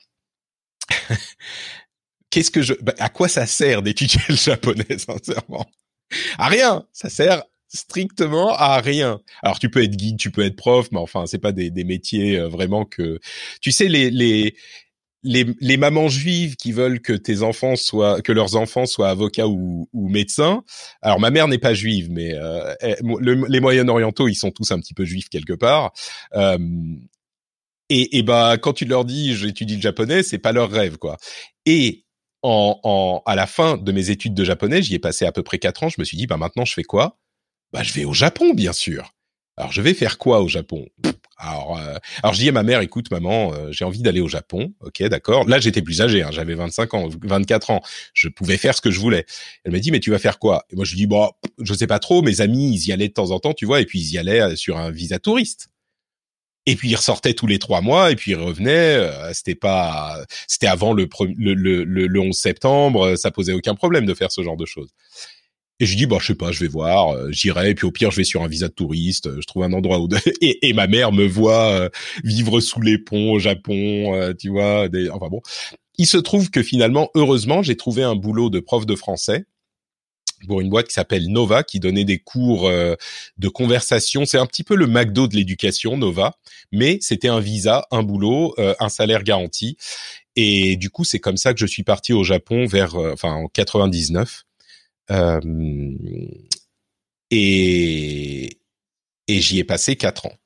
qu'est-ce que je, bah, à quoi ça sert d'étudier le japonais, sincèrement? À rien. Ça sert strictement à rien. Alors, tu peux être guide, tu peux être prof, mais enfin, c'est pas des, des métiers euh, vraiment que, tu sais, les, les, les, les mamans juives qui veulent que tes enfants soient, que leurs enfants soient avocats ou, ou médecins. Alors, ma mère n'est pas juive, mais euh, le, les Moyen-Orientaux, ils sont tous un petit peu juifs quelque part. Euh, et, et bah, quand tu leur dis j'étudie le japonais, c'est pas leur rêve, quoi. Et en, en, à la fin de mes études de japonais, j'y ai passé à peu près quatre ans. Je me suis dit, bah maintenant, je fais quoi? Bah, je vais au Japon, bien sûr. Alors, je vais faire quoi au Japon? Alors, euh, alors, je dis à ma mère, écoute, maman, euh, j'ai envie d'aller au Japon. Ok, d'accord. Là, j'étais plus âgé, hein, j'avais vingt-cinq ans, vingt-quatre ans. Je pouvais faire ce que je voulais. Elle m'a dit, mais tu vas faire quoi? Et moi, je lui dis, bon, je sais pas trop. Mes amis, ils y allaient de temps en temps, tu vois, et puis ils y allaient sur un visa touriste. Et puis ils ressortaient tous les trois mois, et puis ils revenaient. Euh, c'était pas, c'était avant le, le, le, le onze septembre. Ça posait aucun problème de faire ce genre de choses. Et je dis, bah, je sais pas, je vais voir, euh, j'irai, et puis au pire, je vais sur un visa de touriste, euh, je trouve un endroit où... et, et ma mère me voit euh, vivre sous les ponts au Japon, euh, tu vois, des... enfin bon. Il se trouve que finalement, heureusement, j'ai trouvé un boulot de prof de français pour une boîte qui s'appelle Nova, qui donnait des cours euh, de conversation. C'est un petit peu le McDo de l'éducation, Nova, mais c'était un visa, un boulot, euh, un salaire garanti. Et du coup, c'est comme ça que je suis parti au Japon vers, euh, enfin, en quatre-vingt-dix-neuf. Euh, et et j'y ai passé quatre ans.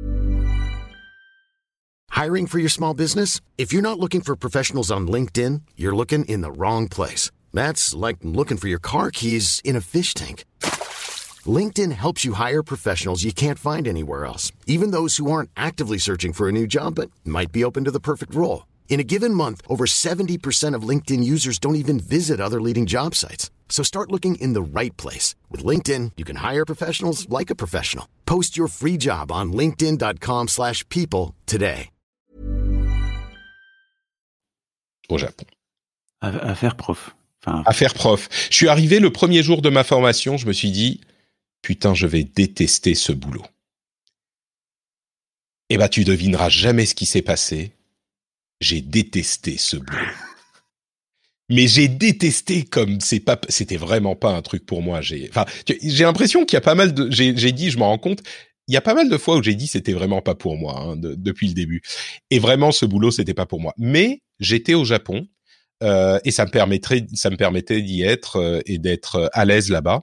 Hiring for your small business? If you're not looking for professionals on LinkedIn, you're looking in the wrong place. That's like looking for your car keys in a fish tank. LinkedIn helps you hire professionals you can't find anywhere else, even those who aren't actively searching for a new job but might be open to the perfect role. In a given month, over seventy percent of LinkedIn users don't even visit other leading job sites. So start looking in the right place. With LinkedIn, you can hire professionals like a professional. Post your free job on linkedin.com slash people today. Au Japon. À, à faire prof. Enfin... À faire prof. Je suis arrivé le premier jour de ma formation, je me suis dit, putain, je vais détester ce boulot. Eh ben, tu devineras jamais ce qui s'est passé. J'ai détesté ce boulot. Mais j'ai détesté comme c'est pas, c'était vraiment pas un truc pour moi. J'ai, enfin, j'ai l'impression qu'il y a pas mal de, j'ai, j'ai dit, je m'en rends compte, il y a pas mal de fois où j'ai dit c'était vraiment pas pour moi, hein, de, depuis le début. Et vraiment, ce boulot, c'était pas pour moi. Mais j'étais au Japon, euh, et ça me permettrait, ça me permettait d'y être euh, et d'être à l'aise là-bas.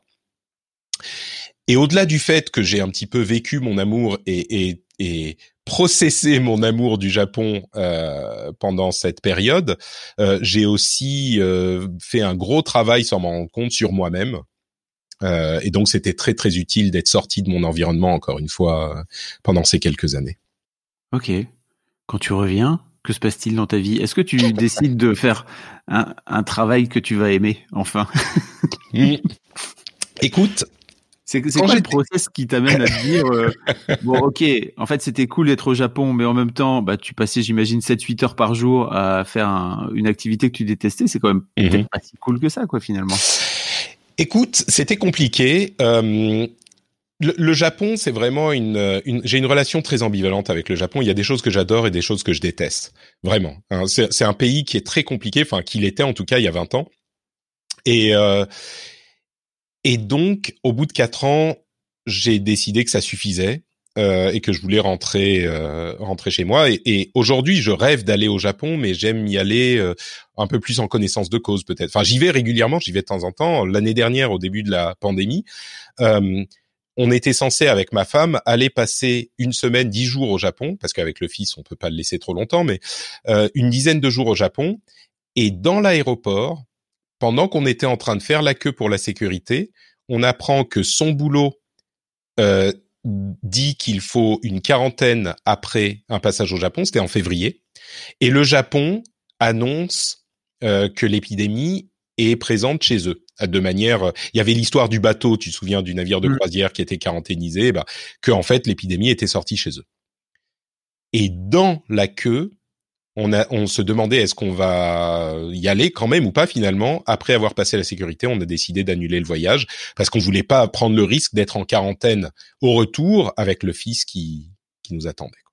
Et au-delà du fait que j'ai un petit peu vécu mon amour et, et, et processé mon amour du Japon euh, pendant cette période, euh, j'ai aussi euh, fait un gros travail sans m'en rendre compte sur moi-même. Euh, et donc, c'était très, très utile d'être sorti de mon environnement, encore une fois, euh, pendant ces quelques années. Ok. Quand tu reviens, que se passe-t-il dans ta vie ? Est-ce que tu décides de faire un, un travail que tu vas aimer, enfin ? mmh. Écoute... C'est, c'est quoi le process qui t'amène à te dire euh, bon ok, en fait c'était cool d'être au Japon, mais en même temps bah tu passais j'imagine sept huit heures par jour à faire un, une activité que tu détestais, c'est quand même mm-hmm. peut-être pas si cool que ça quoi finalement. Écoute, c'était compliqué. Euh, le, le Japon, c'est vraiment une, une j'ai une relation très ambivalente avec le Japon. Il y a des choses que j'adore et des choses que je déteste. Vraiment. Hein, c'est, c'est un pays qui est très compliqué, enfin qu'il était en tout cas il y a vingt ans. Et euh, Et donc, au bout de quatre ans, j'ai décidé que ça suffisait euh, et que je voulais rentrer euh, rentrer chez moi. Et, et aujourd'hui, je rêve d'aller au Japon, mais j'aime y aller euh, un peu plus en connaissance de cause, peut-être. Enfin, j'y vais régulièrement, j'y vais de temps en temps. L'année dernière, au début de la pandémie, euh, on était censé, avec ma femme, aller passer une semaine, dix jours au Japon, parce qu'avec le fils, on peut pas le laisser trop longtemps, mais euh, une dizaine de jours au Japon. Et dans l'aéroport, pendant qu'on était en train de faire la queue pour la sécurité, on apprend que son boulot euh, dit qu'il faut une quarantaine après un passage au Japon, c'était en février, et le Japon annonce euh, que l'épidémie est présente chez eux. De manière, il y avait l'histoire du bateau, tu te souviens, du navire de croisière qui était quarantainisé, bah, que en fait l'épidémie était sortie chez eux. Et dans la queue, On, a, on se demandait est-ce qu'on va y aller quand même ou pas finalement. Après avoir passé la sécurité, on a décidé d'annuler le voyage parce qu'on voulait pas prendre le risque d'être en quarantaine au retour avec le fils qui, qui nous attendait.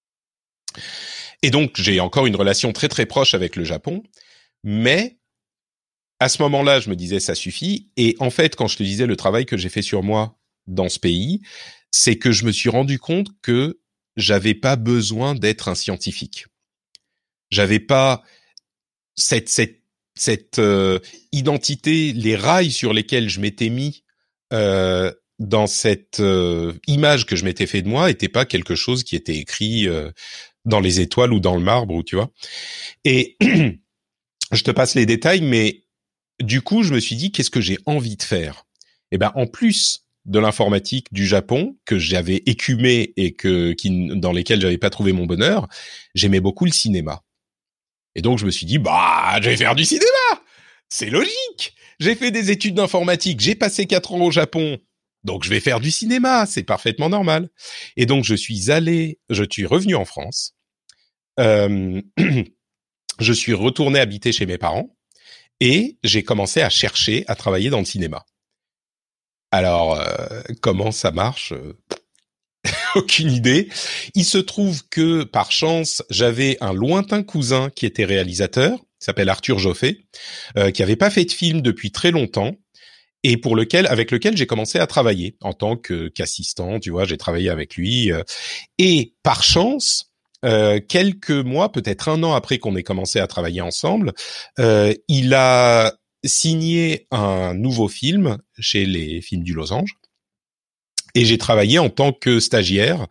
Et donc, j'ai encore une relation très très proche avec le Japon, mais à ce moment-là, je me disais ça suffit. Et en fait, quand je te disais le travail que j'ai fait sur moi dans ce pays, c'est que je me suis rendu compte que j'avais pas besoin d'être un scientifique. J'avais pas cette cette cette euh, identité, les rails sur lesquels je m'étais mis euh, dans cette euh, image que je m'étais fait de moi, était pas quelque chose qui était écrit euh, dans les étoiles ou dans le marbre, ou tu vois. Et je te passe les détails, mais du coup, je me suis dit qu'est-ce que j'ai envie de faire ? Eh ben, en plus de l'informatique du Japon que j'avais écumé et que qui dans lesquels j'avais pas trouvé mon bonheur, j'aimais beaucoup le cinéma. Et donc, je me suis dit, bah, je vais faire du cinéma. C'est logique. J'ai fait des études d'informatique. J'ai passé quatre ans au Japon. Donc, je vais faire du cinéma. C'est parfaitement normal. Et donc, je suis allé, je suis revenu en France. Euh, je suis retourné habiter chez mes parents. Et j'ai commencé à chercher à travailler dans le cinéma. Alors, euh, comment ça marche ? Aucune idée. Il se trouve que, par chance, j'avais un lointain cousin qui était réalisateur, qui s'appelle Arthur Joffé, euh, qui avait pas fait de film depuis très longtemps, et pour lequel, avec lequel j'ai commencé à travailler en tant que qu'assistant. Tu vois, j'ai travaillé avec lui. Euh, et par chance, euh, quelques mois, peut-être un an après qu'on ait commencé à travailler ensemble, euh, il a signé un nouveau film chez les Films du Losange. Et j'ai travaillé en tant que stagiaire,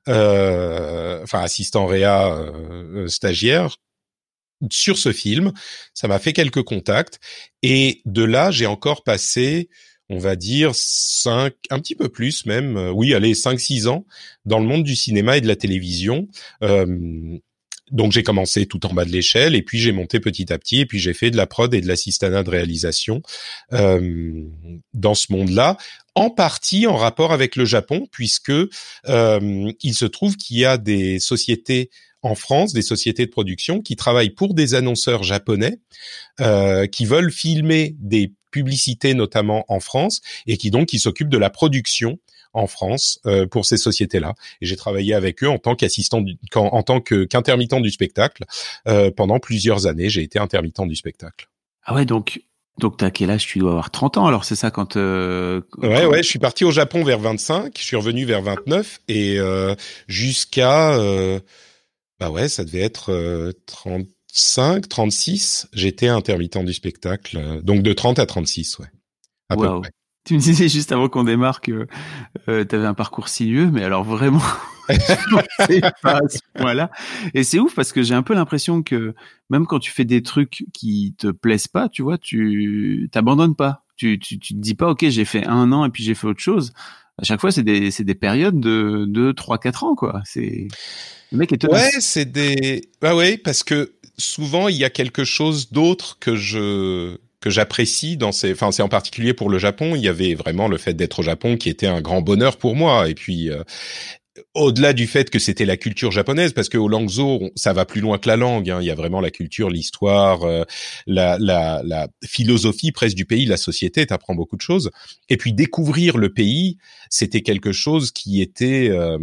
euh, enfin assistant réa euh, stagiaire sur ce film. Ça m'a fait quelques contacts et de là j'ai encore passé, on va dire cinq, un petit peu plus même, euh, oui allez cinq six ans dans le monde du cinéma et de la télévision. Euh, Donc j'ai commencé tout en bas de l'échelle et puis j'ai monté petit à petit et puis j'ai fait de la prod et de l'assistanat de réalisation euh, dans ce monde-là, en partie en rapport avec le Japon puisque euh, il se trouve qu'il y a des sociétés en France, des sociétés de production qui travaillent pour des annonceurs japonais euh, qui veulent filmer des publicités notamment en France et qui donc qui s'occupent de la production en France euh, pour ces sociétés-là. Et j'ai travaillé avec eux en tant qu'assistant, du, en, en tant que qu'intermittent du spectacle euh, pendant plusieurs années. J'ai été intermittent du spectacle. Ah ouais, donc donc t'as quel âge? Tu dois avoir trente ans alors, c'est ça quand euh, Ouais quand... ouais, je suis parti au Japon vers vingt-cinq, je suis revenu vers vingt-neuf et euh, jusqu'à euh, bah ouais, ça devait être euh, trente-cinq, trente-six, j'étais intermittent du spectacle, euh, donc de trente à trente-six, ouais. À wow. peu près. Tu me disais juste avant qu'on démarre que euh, tu avais un parcours sinueux, mais alors vraiment, c'est pas à ce point-là. Et c'est ouf parce que j'ai un peu l'impression que même quand tu fais des trucs qui te plaisent pas, tu vois, tu t'abandonnes pas. Tu, tu, tu te dis pas, ok, j'ai fait un an et puis j'ai fait autre chose. À chaque fois, c'est des, c'est des périodes de deux, trois, quatre ans, quoi. C'est le mec est tenace. Ouais, c'est des. Bah ouais, parce que souvent il y a quelque chose d'autre que je que j'apprécie dans ces. Enfin, c'est en particulier pour le Japon. Il y avait vraiment le fait d'être au Japon qui était un grand bonheur pour moi. Et puis. Euh, Au-delà du fait que c'était la culture japonaise, parce que au Langzhou, ça va plus loin que la langue. Hein. Il y a vraiment la culture, l'histoire, euh, la, la, la philosophie presque du pays, la société. T'apprends beaucoup de choses. Et puis découvrir le pays, c'était quelque chose qui était. Euh...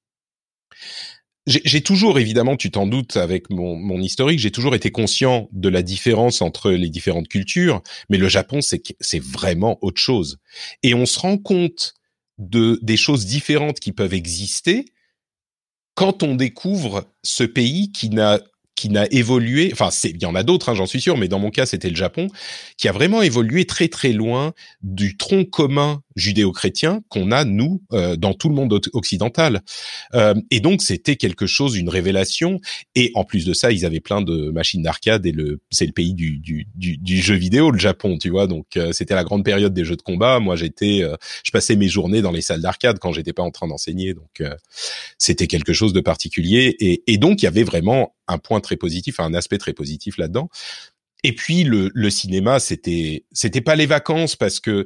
J'ai, j'ai toujours, évidemment, tu t'en doutes, avec mon, mon historique, j'ai toujours été conscient de la différence entre les différentes cultures. Mais le Japon, c'est c'est vraiment autre chose. Et on se rend compte de des choses différentes qui peuvent exister quand on découvre ce pays qui n'a qui n'a évolué, enfin c'est il y en a d'autres hein, j'en suis sûr, mais dans mon cas c'était le Japon qui a vraiment évolué très très loin du tronc commun judéo-chrétien qu'on a nous euh, dans tout le monde occidental. Euh, et donc c'était quelque chose, une révélation. Et en plus de ça, ils avaient plein de machines d'arcade et le c'est le pays du du du, du jeu vidéo, le Japon, tu vois. Donc euh, c'était la grande période des jeux de combat. Moi j'étais, euh, je passais mes journées dans les salles d'arcade quand j'étais pas en train d'enseigner. Donc euh, c'était quelque chose de particulier. Et, et donc il y avait vraiment un point très positif, un aspect très positif là-dedans. Et puis le, le cinéma, c'était c'était pas les vacances parce que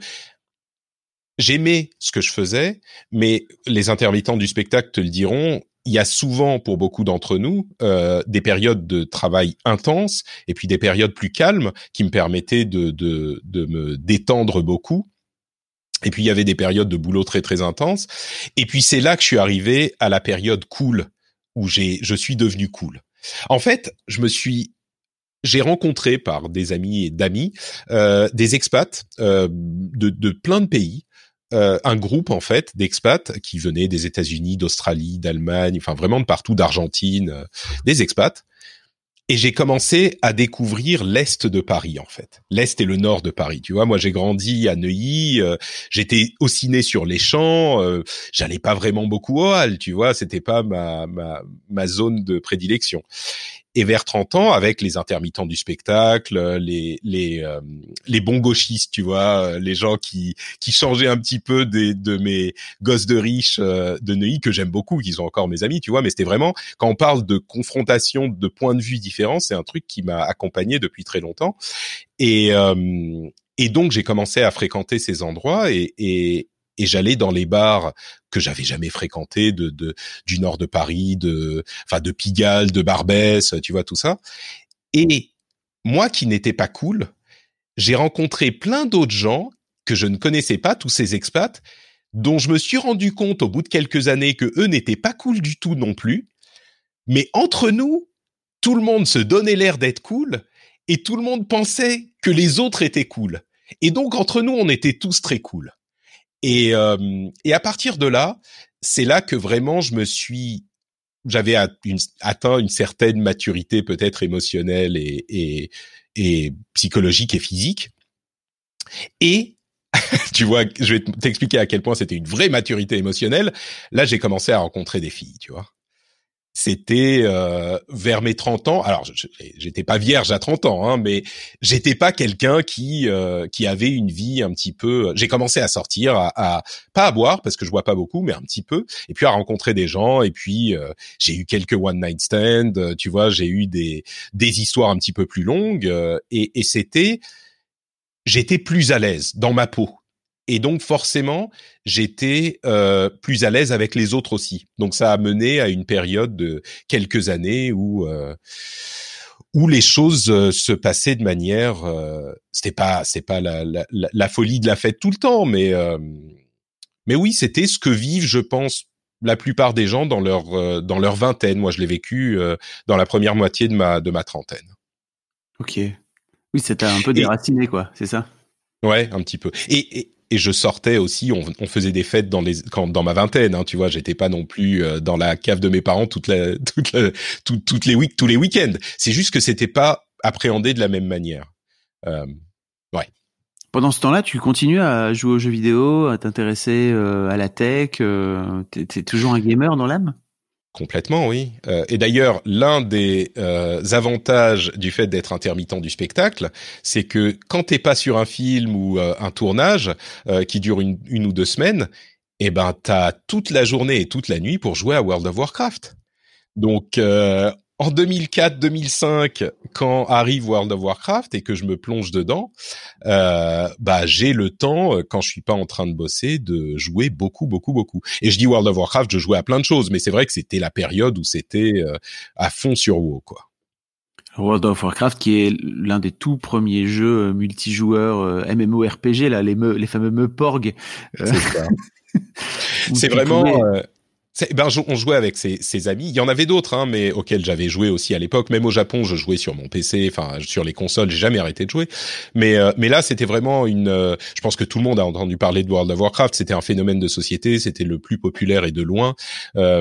j'aimais ce que je faisais, mais les intermittents du spectacle te le diront. Il y a souvent, pour beaucoup d'entre nous, euh, des périodes de travail intenses et puis des périodes plus calmes qui me permettaient de de de me détendre beaucoup. Et puis il y avait des périodes de boulot très très intenses. Et puis c'est là que je suis arrivé à la période cool où j'ai je suis devenu cool. En fait, je me suis, j'ai rencontré par des amis et d'amis euh, des expats euh, de, de plein de pays, euh, un groupe en fait d'expats qui venaient des États-Unis, d'Australie, d'Allemagne, enfin vraiment de partout, d'Argentine, euh, des expats. Et j'ai commencé à découvrir l'est de Paris en fait, l'est et le nord de Paris. Tu vois, moi j'ai grandi à Neuilly, euh, j'étais au ciné sur les champs, euh, j'allais pas vraiment beaucoup au hall, tu vois, c'était pas ma ma ma zone de prédilection. Et vers trente ans, avec les intermittents du spectacle, les les euh, les bons gauchistes, tu vois, les gens qui qui changeaient un petit peu des de mes gosses de riches euh, de Neuilly que j'aime beaucoup, qui sont encore mes amis, tu vois. Mais c'était vraiment quand on parle de confrontation de points de vue différents, c'est un truc qui m'a accompagné depuis très longtemps. Et euh, et donc j'ai commencé à fréquenter ces endroits et et et j'allais dans les bars que j'avais jamais fréquentés de, de du nord de Paris, de enfin de Pigalle, de Barbès, tu vois tout ça. Et moi qui n'étais pas cool, j'ai rencontré plein d'autres gens que je ne connaissais pas, tous ces expats, dont je me suis rendu compte au bout de quelques années que eux n'étaient pas cool du tout non plus. Mais entre nous, tout le monde se donnait l'air d'être cool et tout le monde pensait que les autres étaient cool. Et donc entre nous, on était tous très cool. Et euh, et à partir de là, c'est là que vraiment je me suis j'avais une, atteint une certaine maturité peut-être émotionnelle et, et, et psychologique et physique. Et, tu vois, je vais t'expliquer à quel point c'était une vraie maturité émotionnelle. Là, j'ai commencé à rencontrer des filles, tu vois. C'était euh, vers mes trente ans. Alors, je, j'étais pas vierge à trente ans, hein, mais j'étais pas quelqu'un qui euh, qui avait une vie un petit peu. J'ai commencé à sortir, à, à pas à boire parce que je bois pas beaucoup, mais un petit peu, et puis à rencontrer des gens. Et puis euh, j'ai eu quelques one night stands. Euh, tu vois, j'ai eu des des histoires un petit peu plus longues, euh, et, et c'était, j'étais plus à l'aise dans ma peau. Et donc forcément, j'étais euh, plus à l'aise avec les autres aussi. Donc ça a mené à une période de quelques années où euh, où les choses euh, se passaient de manière, euh, c'était pas c'est pas la, la la folie de la fête tout le temps, mais euh, mais oui, c'était ce que vivent, je pense, la plupart des gens dans leur euh, dans leur vingtaine. Moi, je l'ai vécu euh, dans la première moitié de ma de ma trentaine. Ok. Oui, ça t'a un peu déraciné, quoi. C'est ça. Ouais, un petit peu. Et, et Et je sortais aussi, on, on faisait des fêtes dans les, quand, dans ma vingtaine, hein, tu vois, j'étais pas non plus euh, dans la cave de mes parents toute la, toute la, tout, toutes les week, tous les week-ends. C'est juste que c'était pas appréhendé de la même manière. Euh, ouais. Pendant ce temps-là, tu continues à jouer aux jeux vidéo, à t'intéresser euh, à la tech. Euh, t'es, t'es toujours un gamer dans l'âme ? Complètement, oui. Euh, et d'ailleurs, l'un des euh, avantages du fait d'être intermittent du spectacle, c'est que quand t'es pas sur un film ou euh, un tournage euh, qui dure une, une ou deux semaines, eh ben t'as toute la journée et toute la nuit pour jouer à World of Warcraft. Donc euh, en deux mille quatre deux mille cinq, quand arrive World of Warcraft et que je me plonge dedans, euh, bah j'ai le temps, quand je suis pas en train de bosser, de jouer beaucoup, beaucoup, beaucoup. Et je dis World of Warcraft, je jouais à plein de choses, mais c'est vrai que c'était la période où c'était euh, à fond sur WoW, quoi. World of Warcraft, qui est l'un des tout premiers jeux multijoueurs euh, MMORPG, là, les me, les fameux Meuporg. Euh, c'est ça. C'est vraiment. Pouvais... Euh, C'est, ben, on jouait avec ses, ses amis. Il y en avait d'autres, hein, mais auxquels j'avais joué aussi à l'époque. Même au Japon, je jouais sur mon P C, enfin sur les consoles. J'ai jamais arrêté de jouer. Mais, euh, mais là, c'était vraiment une. Euh, je pense que tout le monde a entendu parler de World of Warcraft. C'était un phénomène de société. C'était le plus populaire et de loin. Euh,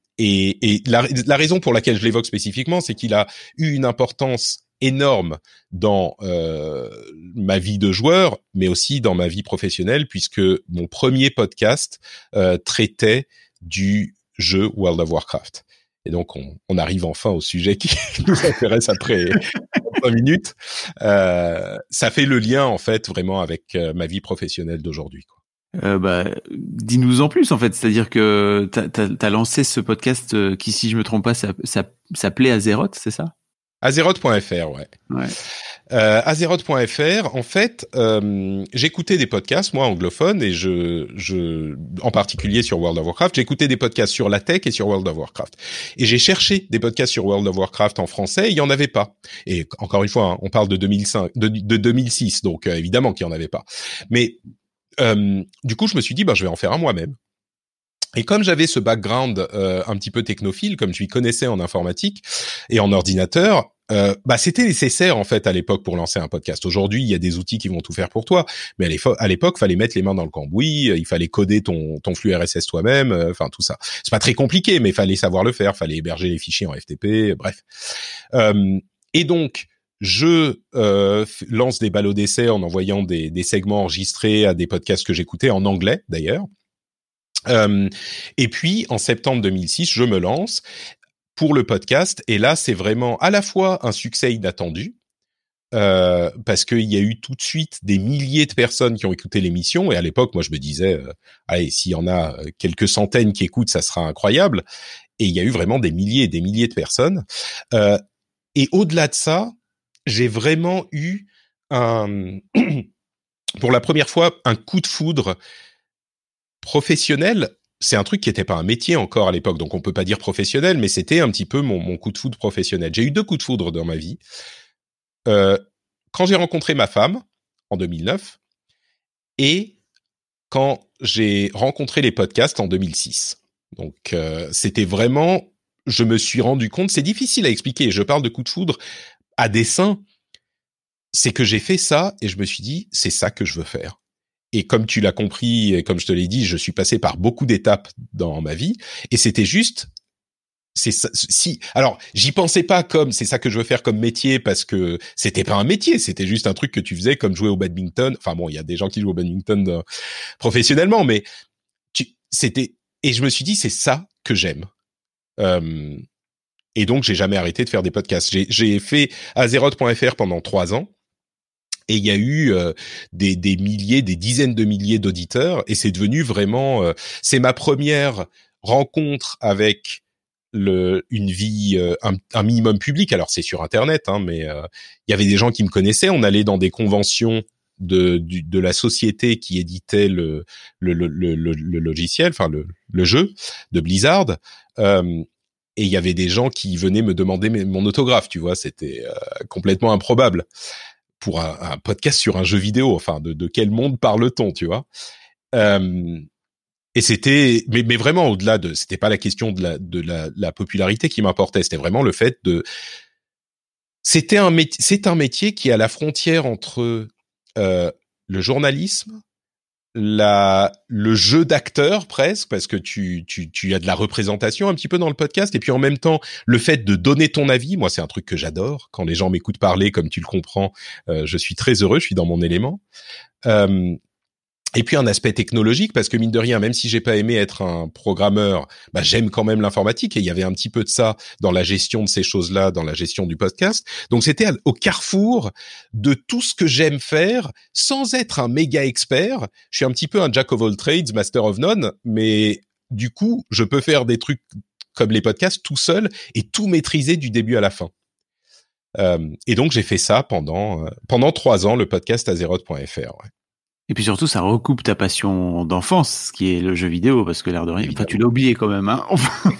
et et la, la raison pour laquelle je l'évoque spécifiquement, c'est qu'il a eu une importance énorme dans euh, ma vie de joueur, mais aussi dans ma vie professionnelle, puisque mon premier podcast euh, traitait du jeu World of Warcraft. Et donc, on, on arrive enfin au sujet qui nous intéresse après cinq minutes. Euh, ça fait le lien, en fait, vraiment avec euh, ma vie professionnelle d'aujourd'hui, quoi. Euh, bah, dis-nous en plus, en fait. C'est-à-dire que t'as, t'as, t'as lancé ce podcast euh, qui, si je me trompe pas, ça, ça, s'appelait Azeroth, c'est ça ? Azeroth point F R, ouais. Ouais. Euh, Azeroth point F R, en fait, euh, j'écoutais des podcasts, moi, anglophones, et je, je, en particulier sur World of Warcraft, j'écoutais des podcasts sur la tech et sur World of Warcraft. Et j'ai cherché des podcasts sur World of Warcraft en français, il y en avait pas. Et encore une fois, hein, on parle de deux mille cinq, de, de deux mille six, donc euh, évidemment qu'il y en avait pas. Mais euh, du coup, je me suis dit, bah, je vais en faire un moi-même. Et comme j'avais ce background euh, un petit peu technophile, comme je m'y connaissais en informatique et en ordinateur, euh, bah c'était nécessaire en fait à l'époque pour lancer un podcast. Aujourd'hui, il y a des outils qui vont tout faire pour toi, mais à l'époque, à l'époque, fallait mettre les mains dans le cambouis, il fallait coder ton ton flux R S S toi-même, euh, enfin tout ça. C'est pas très compliqué, mais fallait savoir le faire, fallait héberger les fichiers en F T P, bref. Euh, et donc je euh, lance des ballots d'essai en envoyant des, des segments enregistrés à des podcasts que j'écoutais en anglais d'ailleurs. Euh, et puis en septembre deux mille six, je me lance pour le podcast, et là c'est vraiment à la fois un succès inattendu euh, parce qu'il y a eu tout de suite des milliers de personnes qui ont écouté l'émission, et à l'époque moi je me disais euh, allez, s'il y en a quelques centaines qui écoutent, ça sera incroyable, et il y a eu vraiment des milliers et des milliers de personnes, euh, et au-delà de ça, j'ai vraiment eu un pour la première fois un coup de foudre professionnel. C'est un truc qui n'était pas un métier encore à l'époque, donc on peut pas dire professionnel, mais c'était un petit peu mon, mon coup de foudre professionnel. J'ai eu deux coups de foudre dans ma vie. Euh, quand j'ai rencontré ma femme, en deux mille neuf, et quand j'ai rencontré les podcasts en deux mille six. Donc, euh, c'était vraiment... Je me suis rendu compte... C'est difficile à expliquer. Je parle de coup de foudre à dessein, c'est que j'ai fait ça et je me suis dit, c'est ça que je veux faire. Et comme tu l'as compris, et comme je te l'ai dit, je suis passé par beaucoup d'étapes dans ma vie et c'était juste, c'est ça, si, alors, j'y pensais pas comme c'est ça que je veux faire comme métier parce que c'était pas un métier, c'était juste un truc que tu faisais comme jouer au badminton. Enfin bon, il y a des gens qui jouent au badminton euh, professionnellement, mais tu, c'était, et je me suis dit, c'est ça que j'aime. Euh, et donc, j'ai jamais arrêté de faire des podcasts. J'ai, j'ai fait Azeroth point F R pendant trois ans. Et il y a eu euh, des, des milliers, des dizaines de milliers d'auditeurs, et c'est devenu vraiment, euh, c'est ma première rencontre avec le, une vie, euh, un, un minimum public. Alors c'est sur Internet, hein, mais euh, il y avait des gens qui me connaissaient. On allait dans des conventions de du, de la société qui éditait le le le, le, le logiciel, enfin le, le jeu de Blizzard. Euh, et il y avait des gens qui venaient me demander mon autographe. Tu vois, c'était euh, complètement improbable. Pour un, un podcast sur un jeu vidéo, enfin, de, de quel monde parle-t-on, tu vois? Euh, et c'était, mais, mais vraiment au-delà de, c'était pas la question de la, de la, la popularité qui m'importait, c'était vraiment le fait de, c'était un métier, c'est un métier qui est à la frontière entre euh, le journalisme, la, le jeu d'acteur presque, parce que tu, tu, tu as de la représentation un petit peu dans le podcast, et puis en même temps, le fait de donner ton avis, moi c'est un truc que j'adore, quand les gens m'écoutent parler, comme tu le comprends, euh, je suis très heureux, je suis dans mon élément. Euh, et puis un aspect technologique, parce que mine de rien, même si j'ai pas aimé être un programmeur, bah j'aime quand même l'informatique, et il y avait un petit peu de ça dans la gestion de ces choses-là, dans la gestion du podcast. Donc c'était au carrefour de tout ce que j'aime faire, sans être un méga expert. Je suis un petit peu un jack of all trades, master of none, mais du coup, je peux faire des trucs comme les podcasts tout seul et tout maîtriser du début à la fin. Euh, et donc j'ai fait ça pendant euh, pendant trois ans, le podcast Azeroth point F R. Ouais. Et puis surtout, ça recoupe ta passion d'enfance, qui est le jeu vidéo, parce que l'air de rien, enfin, tu l'as oublié quand même, hein.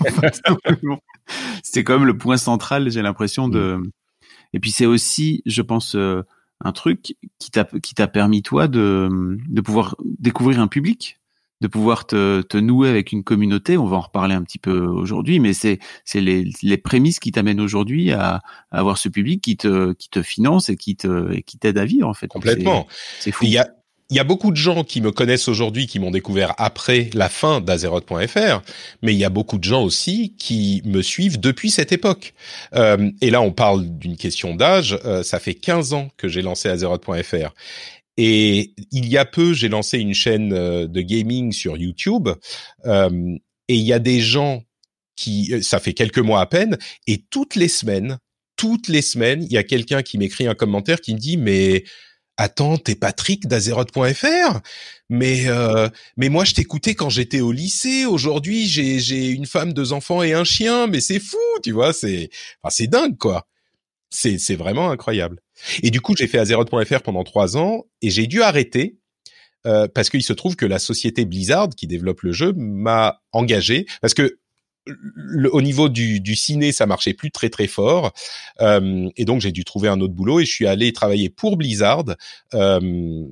C'était quand même le point central, j'ai l'impression de. Mmh. Et puis c'est aussi, je pense, euh, un truc qui t'a qui t'a permis toi de de pouvoir découvrir un public, de pouvoir te te nouer avec une communauté. On va en reparler un petit peu aujourd'hui, mais c'est c'est les les prémices qui t'amènent aujourd'hui à, à avoir ce public qui te qui te finance et qui te et qui t'aide à vivre en fait. Complètement. C'est, c'est fou. Il y a Il y a beaucoup de gens qui me connaissent aujourd'hui, qui m'ont découvert après la fin d'Azeroth point F R, mais il y a beaucoup de gens aussi qui me suivent depuis cette époque. Euh, et là, on parle d'une question d'âge. Euh, ça fait quinze ans que j'ai lancé Azeroth point F R. Et il y a peu, j'ai lancé une chaîne de gaming sur YouTube. Euh, et il y a des gens qui... Ça fait quelques mois à peine. Et toutes les semaines, toutes les semaines, il y a quelqu'un qui m'écrit un commentaire qui me dit « Mais... Attends, t'es Patrick d'Azeroth point F R, mais euh, mais moi je t'écoutais quand j'étais au lycée. Aujourd'hui j'ai j'ai une femme, deux enfants et un chien, mais c'est fou, tu vois, c'est enfin c'est dingue quoi. C'est c'est vraiment incroyable. Et du coup j'ai fait Azeroth point F R pendant trois ans et j'ai dû arrêter euh, parce qu'il se trouve que la société Blizzard qui développe le jeu m'a engagé parce que Le, au niveau du, du ciné, ça marchait plus très très fort, euh, et donc j'ai dû trouver un autre boulot et je suis allé travailler pour Blizzard euh,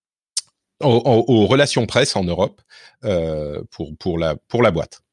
aux, aux, aux relations presse en Europe euh, pour pour la pour la boîte.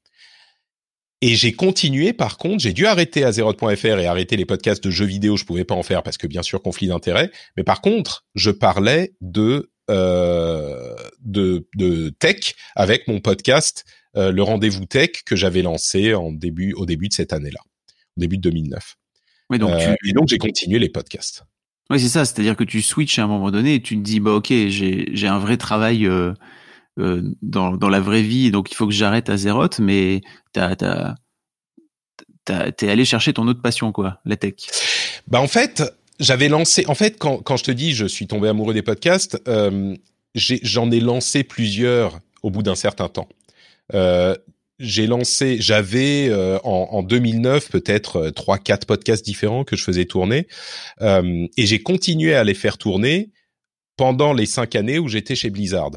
Et j'ai continué, par contre, j'ai dû arrêter Azeroth point F R et arrêter les podcasts de jeux vidéo. Je pouvais pas en faire parce que bien sûr conflit d'intérêts. Mais par contre, je parlais de euh, de de tech avec mon podcast. Euh, le rendez-vous tech que j'avais lancé en début, au début de cette année-là, au début de deux mille neuf. Oui, donc euh, tu... Et donc j'ai continué les podcasts. Oui, c'est ça, c'est-à-dire que tu switches à un moment donné et tu te dis bah ok, j'ai j'ai un vrai travail euh, euh, dans dans la vraie vie, donc il faut que j'arrête Azeroth, mais t'as t'as t'as t'es allé chercher ton autre passion quoi, la tech. Bah en fait, j'avais lancé. En fait, quand quand je te dis je suis tombé amoureux des podcasts, euh, j'ai, j'en ai lancé plusieurs au bout d'un certain temps. Euh, j'ai lancé, j'avais euh, en, en deux mille neuf peut-être trois, quatre podcasts différents que je faisais tourner, euh, et j'ai continué à les faire tourner pendant les cinq années où j'étais chez Blizzard,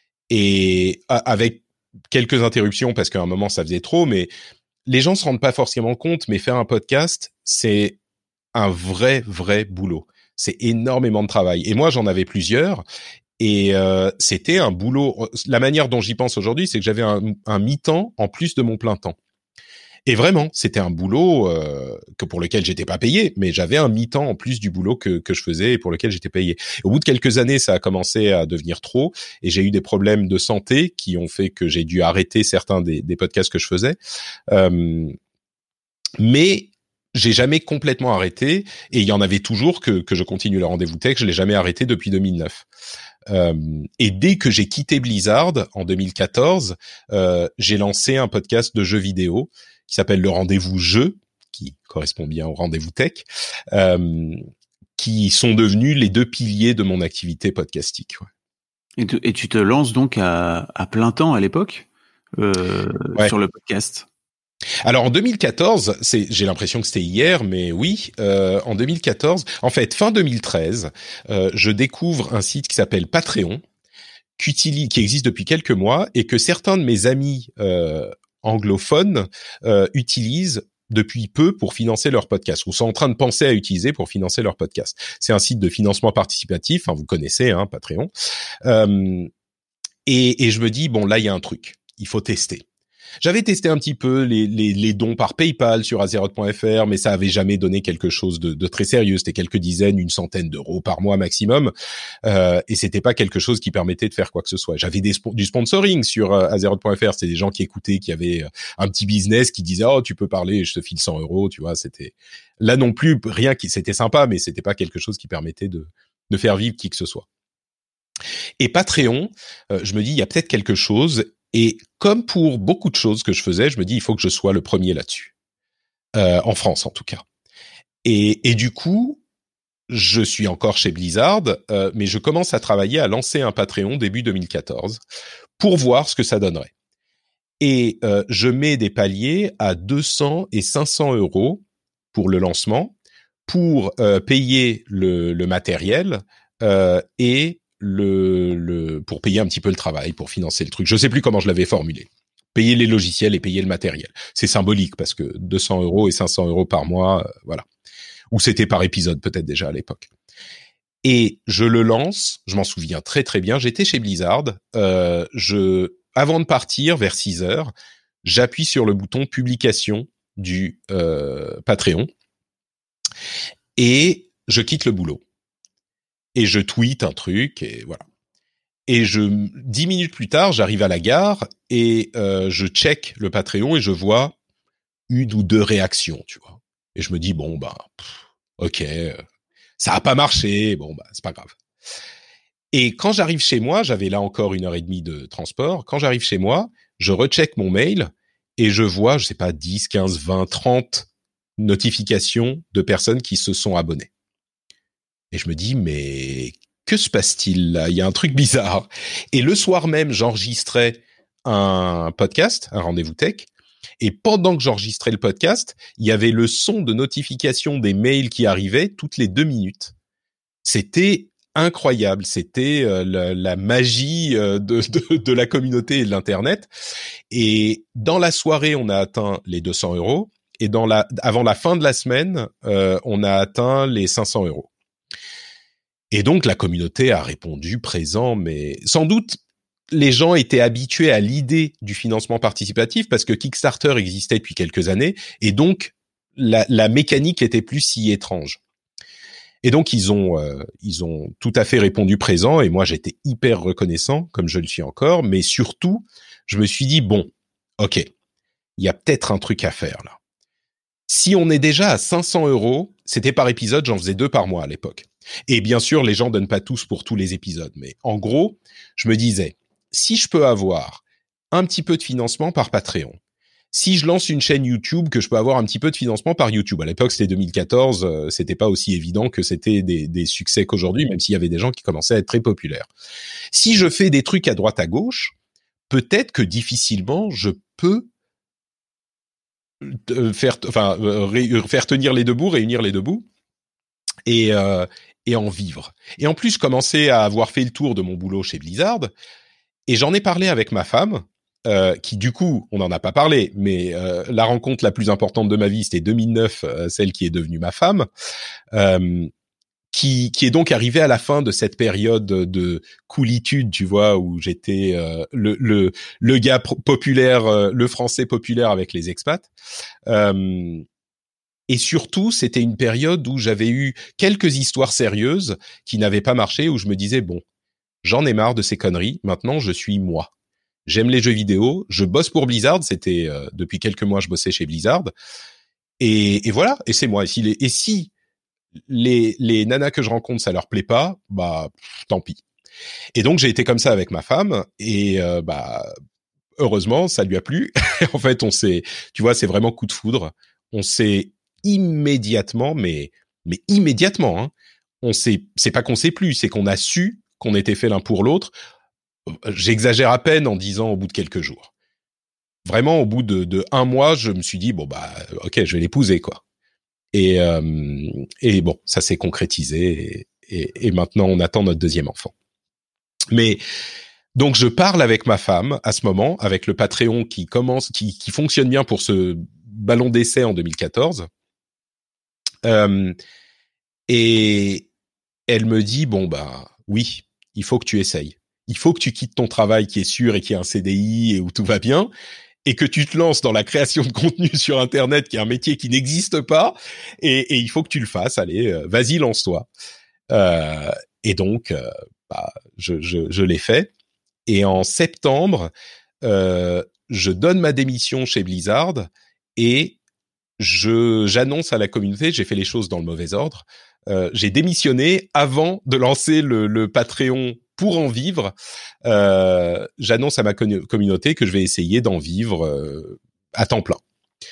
et a, avec quelques interruptions parce qu'à un moment ça faisait trop, mais les gens se rendent pas forcément compte, mais faire un podcast c'est un vrai vrai boulot, c'est énormément de travail, et moi j'en avais plusieurs. Et euh, c'était un boulot. La manière dont j'y pense aujourd'hui, c'est que j'avais un, un mi-temps en plus de mon plein temps. Et vraiment, c'était un boulot euh, que pour lequel j'étais pas payé, mais j'avais un mi-temps en plus du boulot que que je faisais et pour lequel j'étais payé. Au bout de quelques années, ça a commencé à devenir trop et j'ai eu des problèmes de santé qui ont fait que j'ai dû arrêter certains des, des podcasts que je faisais. Euh, mais j'ai jamais complètement arrêté et il y en avait toujours que que je continue le rendez-vous tech. Je l'ai jamais arrêté depuis deux mille neuf. Euh, et dès que j'ai quitté Blizzard en deux mille quatorze, euh, j'ai lancé un podcast de jeux vidéo qui s'appelle Le Rendez-vous Jeu, qui correspond bien au Rendez-vous Tech, euh, qui sont devenus les deux piliers de mon activité podcastique. Ouais. Et, tu, et tu te lances donc à, à plein temps à l'époque euh, ouais. sur le podcast. Alors en deux mille quatorze, c'est, j'ai l'impression que c'était hier, mais oui, euh, en deux mille quatorze, en fait fin deux mille treize, euh, je découvre un site qui s'appelle Patreon, qui existe depuis quelques mois et que certains de mes amis euh, anglophones euh, utilisent depuis peu pour financer leur podcast, ou sont en train de penser à utiliser pour financer leur podcast. C'est un site de financement participatif, hein, vous connaissez, hein, Patreon. Euh, et, et je me dis, bon, là, il y a un truc, il faut tester. J'avais testé un petit peu les, les, les dons par PayPal sur Azeroth point F R, mais ça avait jamais donné quelque chose de, de très sérieux. C'était quelques dizaines, une centaine d'euros par mois maximum, euh, et c'était pas quelque chose qui permettait de faire quoi que ce soit. J'avais des sp- du sponsoring sur euh, Azeroth point F R. C'était des gens qui écoutaient, qui avaient euh, un petit business, qui disaient oh tu peux parler, je te file cent euros, tu vois. C'était là non plus rien qui c'était sympa, mais c'était pas quelque chose qui permettait de de faire vivre qui que ce soit. Et Patreon, euh, je me dis il y a peut-être quelque chose. Et comme pour beaucoup de choses que je faisais, je me dis il faut que je sois le premier là-dessus, euh, en France en tout cas. Et, et du coup, je suis encore chez Blizzard, euh, mais je commence à travailler à lancer un Patreon début deux mille quatorze pour voir ce que ça donnerait. Et euh, je mets des paliers à deux cents et cinq cents euros pour le lancement, pour euh, payer le, le matériel euh, et Le, le, pour payer un petit peu le travail, pour financer le truc. Je sais plus comment je l'avais formulé. Payer les logiciels et payer le matériel. C'est symbolique parce que deux cents euros et cinq cents euros par mois, euh, voilà. Ou c'était par épisode peut-être déjà à l'époque. Et je le lance, je m'en souviens très très bien. J'étais chez Blizzard. Euh, je, avant de partir, vers six heures, j'appuie sur le bouton publication du euh, Patreon et je quitte le boulot. Et je tweete un truc, et voilà. Et je, dix minutes plus tard, j'arrive à la gare, et euh, je check le Patreon, et je vois une ou deux réactions, tu vois. Et je me dis, bon, bah, pff, ok, euh, ça a pas marché, bon, bah, c'est pas grave. Et quand j'arrive chez moi, j'avais là encore une heure et demie de transport, quand j'arrive chez moi, je recheck mon mail, et je vois, je sais pas, dix, quinze, vingt, trente notifications de personnes qui se sont abonnées. Et je me dis, mais que se passe-t-il là ? Il y a un truc bizarre. Et le soir même, j'enregistrais un podcast, un rendez-vous tech. Et pendant que j'enregistrais le podcast, il y avait le son de notification des mails qui arrivaient toutes les deux minutes. C'était incroyable. C'était euh, la, la magie euh, de, de, de la communauté et de l'Internet. Et dans la soirée, on a atteint les deux cents euros. Et dans la, avant la fin de la semaine, euh, on a atteint les cinq cents euros. Et donc, la communauté a répondu présent, mais sans doute, les gens étaient habitués à l'idée du financement participatif parce que Kickstarter existait depuis quelques années et donc, la, la mécanique était plus si étrange. Et donc, ils ont, euh, ils ont tout à fait répondu présent et moi, j'étais hyper reconnaissant, comme je le suis encore, mais surtout, je me suis dit, bon, ok, il y a peut-être un truc à faire là. Si on est déjà à cinq cents euros, c'était par épisode, j'en faisais deux par mois à l'époque. Et bien sûr, les gens donnent pas tous pour tous les épisodes. Mais en gros, je me disais, si je peux avoir un petit peu de financement par Patreon, si je lance une chaîne YouTube, que je peux avoir un petit peu de financement par YouTube. À l'époque, c'était deux mille quatorze, euh, c'était pas aussi évident que c'était des, des succès qu'aujourd'hui, même s'il y avait des gens qui commençaient à être très populaires. Si je fais des trucs à droite à gauche, peut-être que difficilement je peux faire, enfin, faire tenir les deux bouts, réunir les deux bouts, et euh, et en vivre. Et en plus, je commençais à avoir fait le tour de mon boulot chez Blizzard, et j'en ai parlé avec ma femme, euh, qui du coup, on n'en a pas parlé, mais euh, la rencontre la plus importante de ma vie, c'était deux mille neuf, euh, celle qui est devenue ma femme, euh, qui qui est donc arrivé à la fin de cette période de coolitude, tu vois, où j'étais euh, le le le gars pro- populaire, euh, le français populaire avec les expats. Euh, et surtout, c'était une période où j'avais eu quelques histoires sérieuses qui n'avaient pas marché, où je me disais bon, j'en ai marre de ces conneries. Maintenant, je suis moi. J'aime les jeux vidéo. Je bosse pour Blizzard. C'était euh, depuis quelques mois, je bossais chez Blizzard. Et, et voilà. Et c'est moi. Et si les, et si les, les nanas que je rencontre, ça leur plaît pas, bah tant pis. Et donc j'ai été comme ça avec ma femme. Et euh, bah heureusement, ça lui a plu. En fait, on s'est, tu vois, c'est vraiment coup de foudre. On s'est immédiatement, mais mais immédiatement, hein, on s'est, c'est pas qu'on s'est plu, c'est qu'on a su qu'on était fait l'un pour l'autre. J'exagère à peine en disant au bout de quelques jours. Vraiment, au bout de, de un mois, je me suis dit bon bah ok, je vais l'épouser quoi. Et euh, et bon, ça s'est concrétisé et, et, et maintenant on attend notre deuxième enfant. Mais donc je parle avec ma femme à ce moment, avec le Patreon qui commence, qui, qui fonctionne bien pour ce ballon d'essai en deux mille quatorze. Euh, et elle me dit bon bah oui, il faut que tu essayes. Il faut que tu quittes ton travail qui est sûr et qui est un C D I et où tout va bien, et que tu te lances dans la création de contenu sur Internet, qui est un métier qui n'existe pas, et, et il faut que tu le fasses. Allez, euh, vas-y, lance-toi. Euh, et donc, euh, bah, je, je, je l'ai fait. Et en septembre, euh, je donne ma démission chez Blizzard et je j'annonce à la communauté, j'ai fait les choses dans le mauvais ordre. Euh, j'ai démissionné avant de lancer le, le Patreon pour en vivre. Euh, j'annonce à ma con- communauté que je vais essayer d'en vivre euh, à temps plein.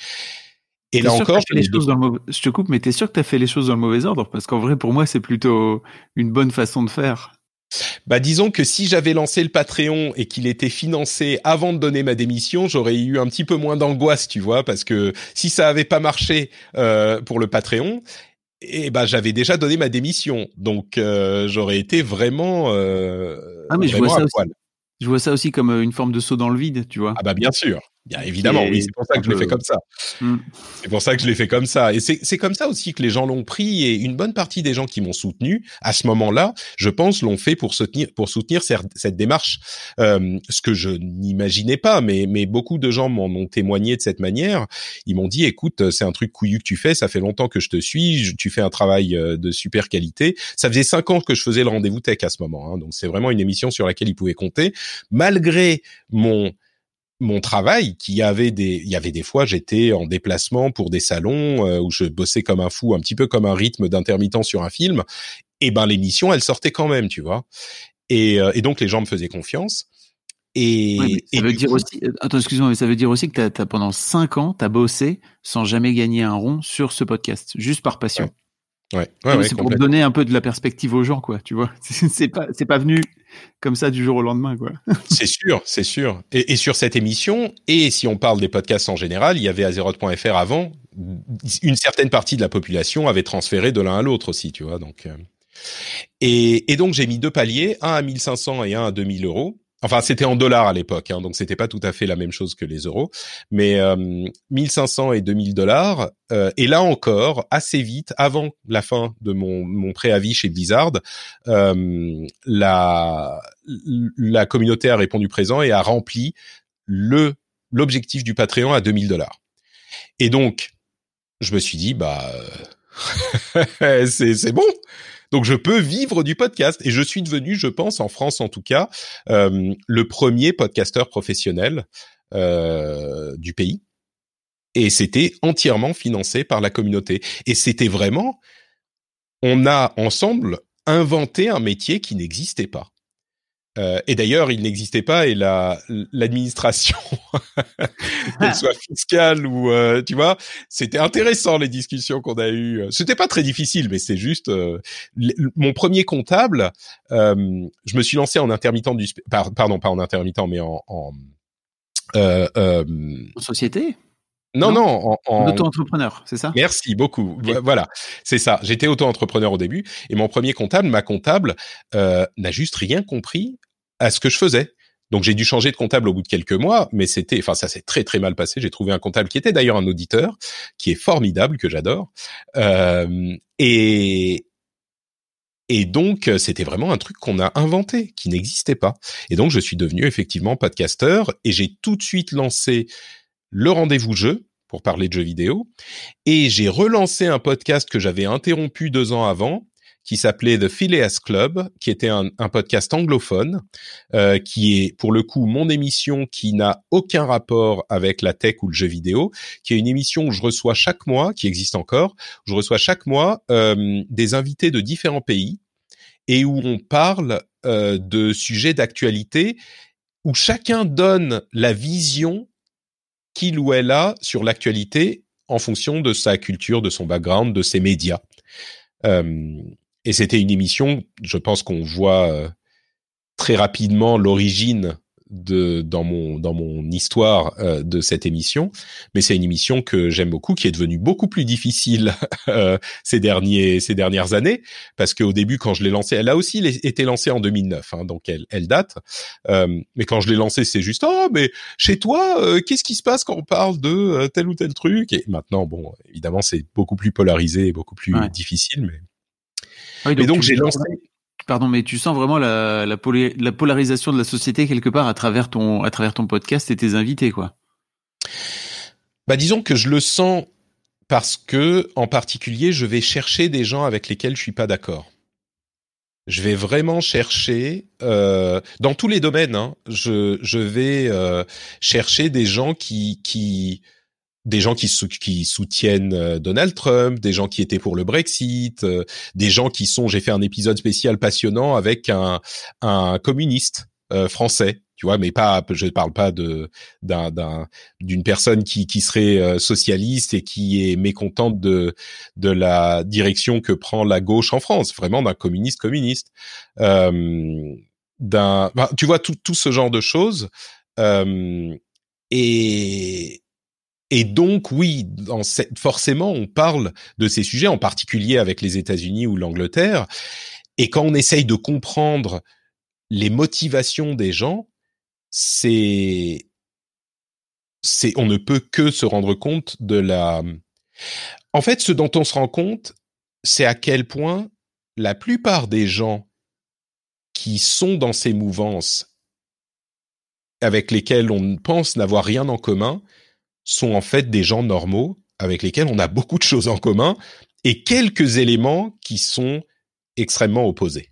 Et t'es là sûr encore, que t'as fait les choses dans le mauvais... je te coupe, mais t'es sûr que t'as fait les choses dans le mauvais ordre? Parce qu'en vrai, pour moi, c'est plutôt une bonne façon de faire. Bah, disons que si j'avais lancé le Patreon et qu'il était financé avant de donner ma démission, j'aurais eu un petit peu moins d'angoisse, tu vois, parce que si ça avait pas marché euh, pour le Patreon, et bah j'avais déjà donné ma démission, donc euh, j'aurais été vraiment, euh, ah mais vraiment je vois ça à poil. aussi. Je vois ça aussi comme une forme de saut dans le vide, tu vois. Ah bah bien sûr, bien évidemment, oui, c'est pour ça que je l'ai fait comme ça. Mm. C'est pour ça que je l'ai fait comme ça. Et c'est, c'est comme ça aussi que les gens l'ont pris, et une bonne partie des gens qui m'ont soutenu à ce moment-là, je pense, l'ont fait pour soutenir, pour soutenir cette, cette démarche. Euh, ce que je n'imaginais pas, mais, mais beaucoup de gens m'en ont témoigné de cette manière. Ils m'ont dit, écoute, c'est un truc couillu que tu fais, ça fait longtemps que je te suis, tu fais un travail de super qualité. Ça faisait cinq ans que je faisais le rendez-vous tech à ce moment, hein, donc c'est vraiment une émission sur laquelle ils pouvaient compter. Malgré mon mon travail, qui avait des, il y avait des fois, j'étais en déplacement pour des salons euh, où je bossais comme un fou, un petit peu comme un rythme d'intermittent sur un film. Et ben l'émission, elle sortait quand même, tu vois. Et, euh, et donc les gens me faisaient confiance. Et, ouais, ça et veut du dire coup, aussi, attends, excuse-moi, mais ça veut dire aussi que t'as, t'as pendant cinq ans, t'as bossé sans jamais gagner un rond sur ce podcast, juste par passion. Ouais. Ouais, ouais, ouais, c'est pour donner un peu de la perspective aux gens, quoi, tu vois. C'est, c'est pas, c'est pas venu comme ça du jour au lendemain, quoi. C'est sûr, c'est sûr. Et, et sur cette émission, et si on parle des podcasts en général, il y avait Azeroth point F R avant. Une certaine partie de la population avait transféré de l'un à l'autre aussi, tu vois. Donc, euh... et, et donc j'ai mis deux paliers, un à mille cinq cents et un à deux mille euros. Enfin, c'était en dollars à l'époque, hein, donc c'était pas tout à fait la même chose que les euros, mais euh, mille cinq cents et deux mille dollars. Euh, et là encore, assez vite, avant la fin de mon, mon préavis chez Blizzard, euh, la la communauté a répondu présent et a rempli le l'objectif du Patreon à deux mille dollars. Et donc, je me suis dit, bah, c'est c'est bon. Donc, je peux vivre du podcast. Et je suis devenu, je pense, en France en tout cas, euh, le premier podcasteur professionnel euh, du pays. Et c'était entièrement financé par la communauté. Et c'était vraiment... On a ensemble inventé un métier qui n'existait pas. Euh, et d'ailleurs, il n'existait pas, et la l'administration, qu'elle soit fiscale ou euh, tu vois, c'était intéressant les discussions qu'on a eues. C'était pas très difficile, mais c'est juste euh, l- mon premier comptable. Euh, je me suis lancé en intermittent du spe- par, pardon pas en intermittent, mais en, en euh, euh, En société. Non, non, non en, en... auto-entrepreneur, c'est ça? Merci beaucoup. Okay. Voilà, c'est ça. J'étais auto-entrepreneur au début, et mon premier comptable, ma comptable, euh, n'a juste rien compris à ce que je faisais. Donc j'ai dû changer de comptable au bout de quelques mois, mais c'était, enfin ça s'est très très mal passé. J'ai trouvé un comptable qui était d'ailleurs un auditeur, qui est formidable, que j'adore, euh, et Et donc, c'était vraiment un truc qu'on a inventé, qui n'existait pas. Et donc, je suis devenu effectivement podcasteur et j'ai tout de suite lancé le rendez-vous jeu pour parler de jeux vidéo. Et j'ai relancé un podcast que j'avais interrompu deux ans avant, qui s'appelait The Phileas Club, qui était un, un podcast anglophone, euh, qui est pour le coup mon émission qui n'a aucun rapport avec la tech ou le jeu vidéo, qui est une émission où je reçois chaque mois, qui existe encore, où je reçois chaque mois euh, des invités de différents pays et où on parle euh, de sujets d'actualité, où chacun donne la vision qu'il ou elle a sur l'actualité en fonction de sa culture, de son background, de ses médias. Euh, Et c'était une émission, je pense qu'on voit euh, très rapidement l'origine de dans mon dans mon histoire euh, de cette émission, mais c'est une émission que j'aime beaucoup, qui est devenue beaucoup plus difficile euh, ces derniers ces dernières années, parce qu'au début quand je l'ai lancée, elle a aussi été lancée en deux mille neuf, hein, donc elle elle date, euh, mais quand je l'ai lancée, c'est juste oh mais chez toi euh, qu'est-ce qui se passe quand on parle de euh, tel ou tel truc, et maintenant bon évidemment c'est beaucoup plus polarisé et beaucoup plus ouais. difficile, mais oui, donc, mais donc j'ai lancé. Pardon, mais tu sens vraiment la, la, poly, la polarisation de la société quelque part à travers ton, à travers ton podcast et tes invités, quoi. Bah, disons que je le sens parce que, en particulier, je vais chercher des gens avec lesquels je suis pas d'accord. Je vais vraiment chercher, euh, dans tous les domaines, hein, je, je vais euh, chercher des gens qui, qui, des gens qui, sou- qui soutiennent Donald Trump, des gens qui étaient pour le Brexit, euh, des gens qui sont... J'ai fait un épisode spécial passionnant avec un, un communiste euh, français, tu vois, mais pas... Je ne parle pas de, d'un, d'un, d'une personne qui, qui serait euh, socialiste et qui est mécontente de, de la direction que prend la gauche en France, vraiment d'un communiste communiste. Euh, d'un, bah, tu vois, tout, tout ce genre de choses. Euh, et... Et donc, oui, dans cette, forcément, on parle de ces sujets, en particulier avec les États-Unis ou l'Angleterre. Et quand on essaye de comprendre les motivations des gens, c'est, c'est, on ne peut que se rendre compte de la... En fait, ce dont on se rend compte, c'est à quel point la plupart des gens qui sont dans ces mouvances avec lesquels on pense n'avoir rien en commun, sont en fait des gens normaux avec lesquels on a beaucoup de choses en commun et quelques éléments qui sont extrêmement opposés.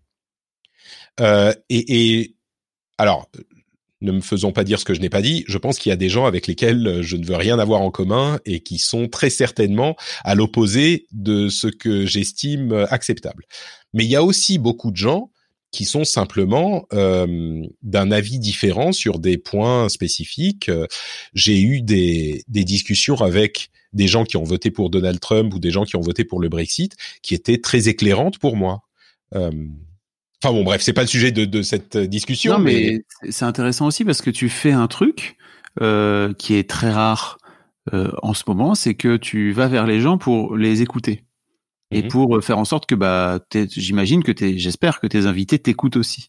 Euh, et, et alors, ne me faisons pas dire ce que je n'ai pas dit, je pense qu'il y a des gens avec lesquels je ne veux rien avoir en commun et qui sont très certainement à l'opposé de ce que j'estime acceptable. Mais il y a aussi beaucoup de gens qui sont simplement euh, d'un avis différent sur des points spécifiques. Euh, j'ai eu des, des discussions avec des gens qui ont voté pour Donald Trump ou des gens qui ont voté pour le Brexit, qui étaient très éclairantes pour moi. Euh, enfin bon, bref, c'est pas le sujet de, de cette discussion. Non, mais... mais c'est intéressant aussi parce que tu fais un truc euh, qui est très rare euh, en ce moment, c'est que tu vas vers les gens pour les écouter. Et pour faire en sorte que, bah, j'imagine que t'es, j'espère que tes invités t'écoutent aussi.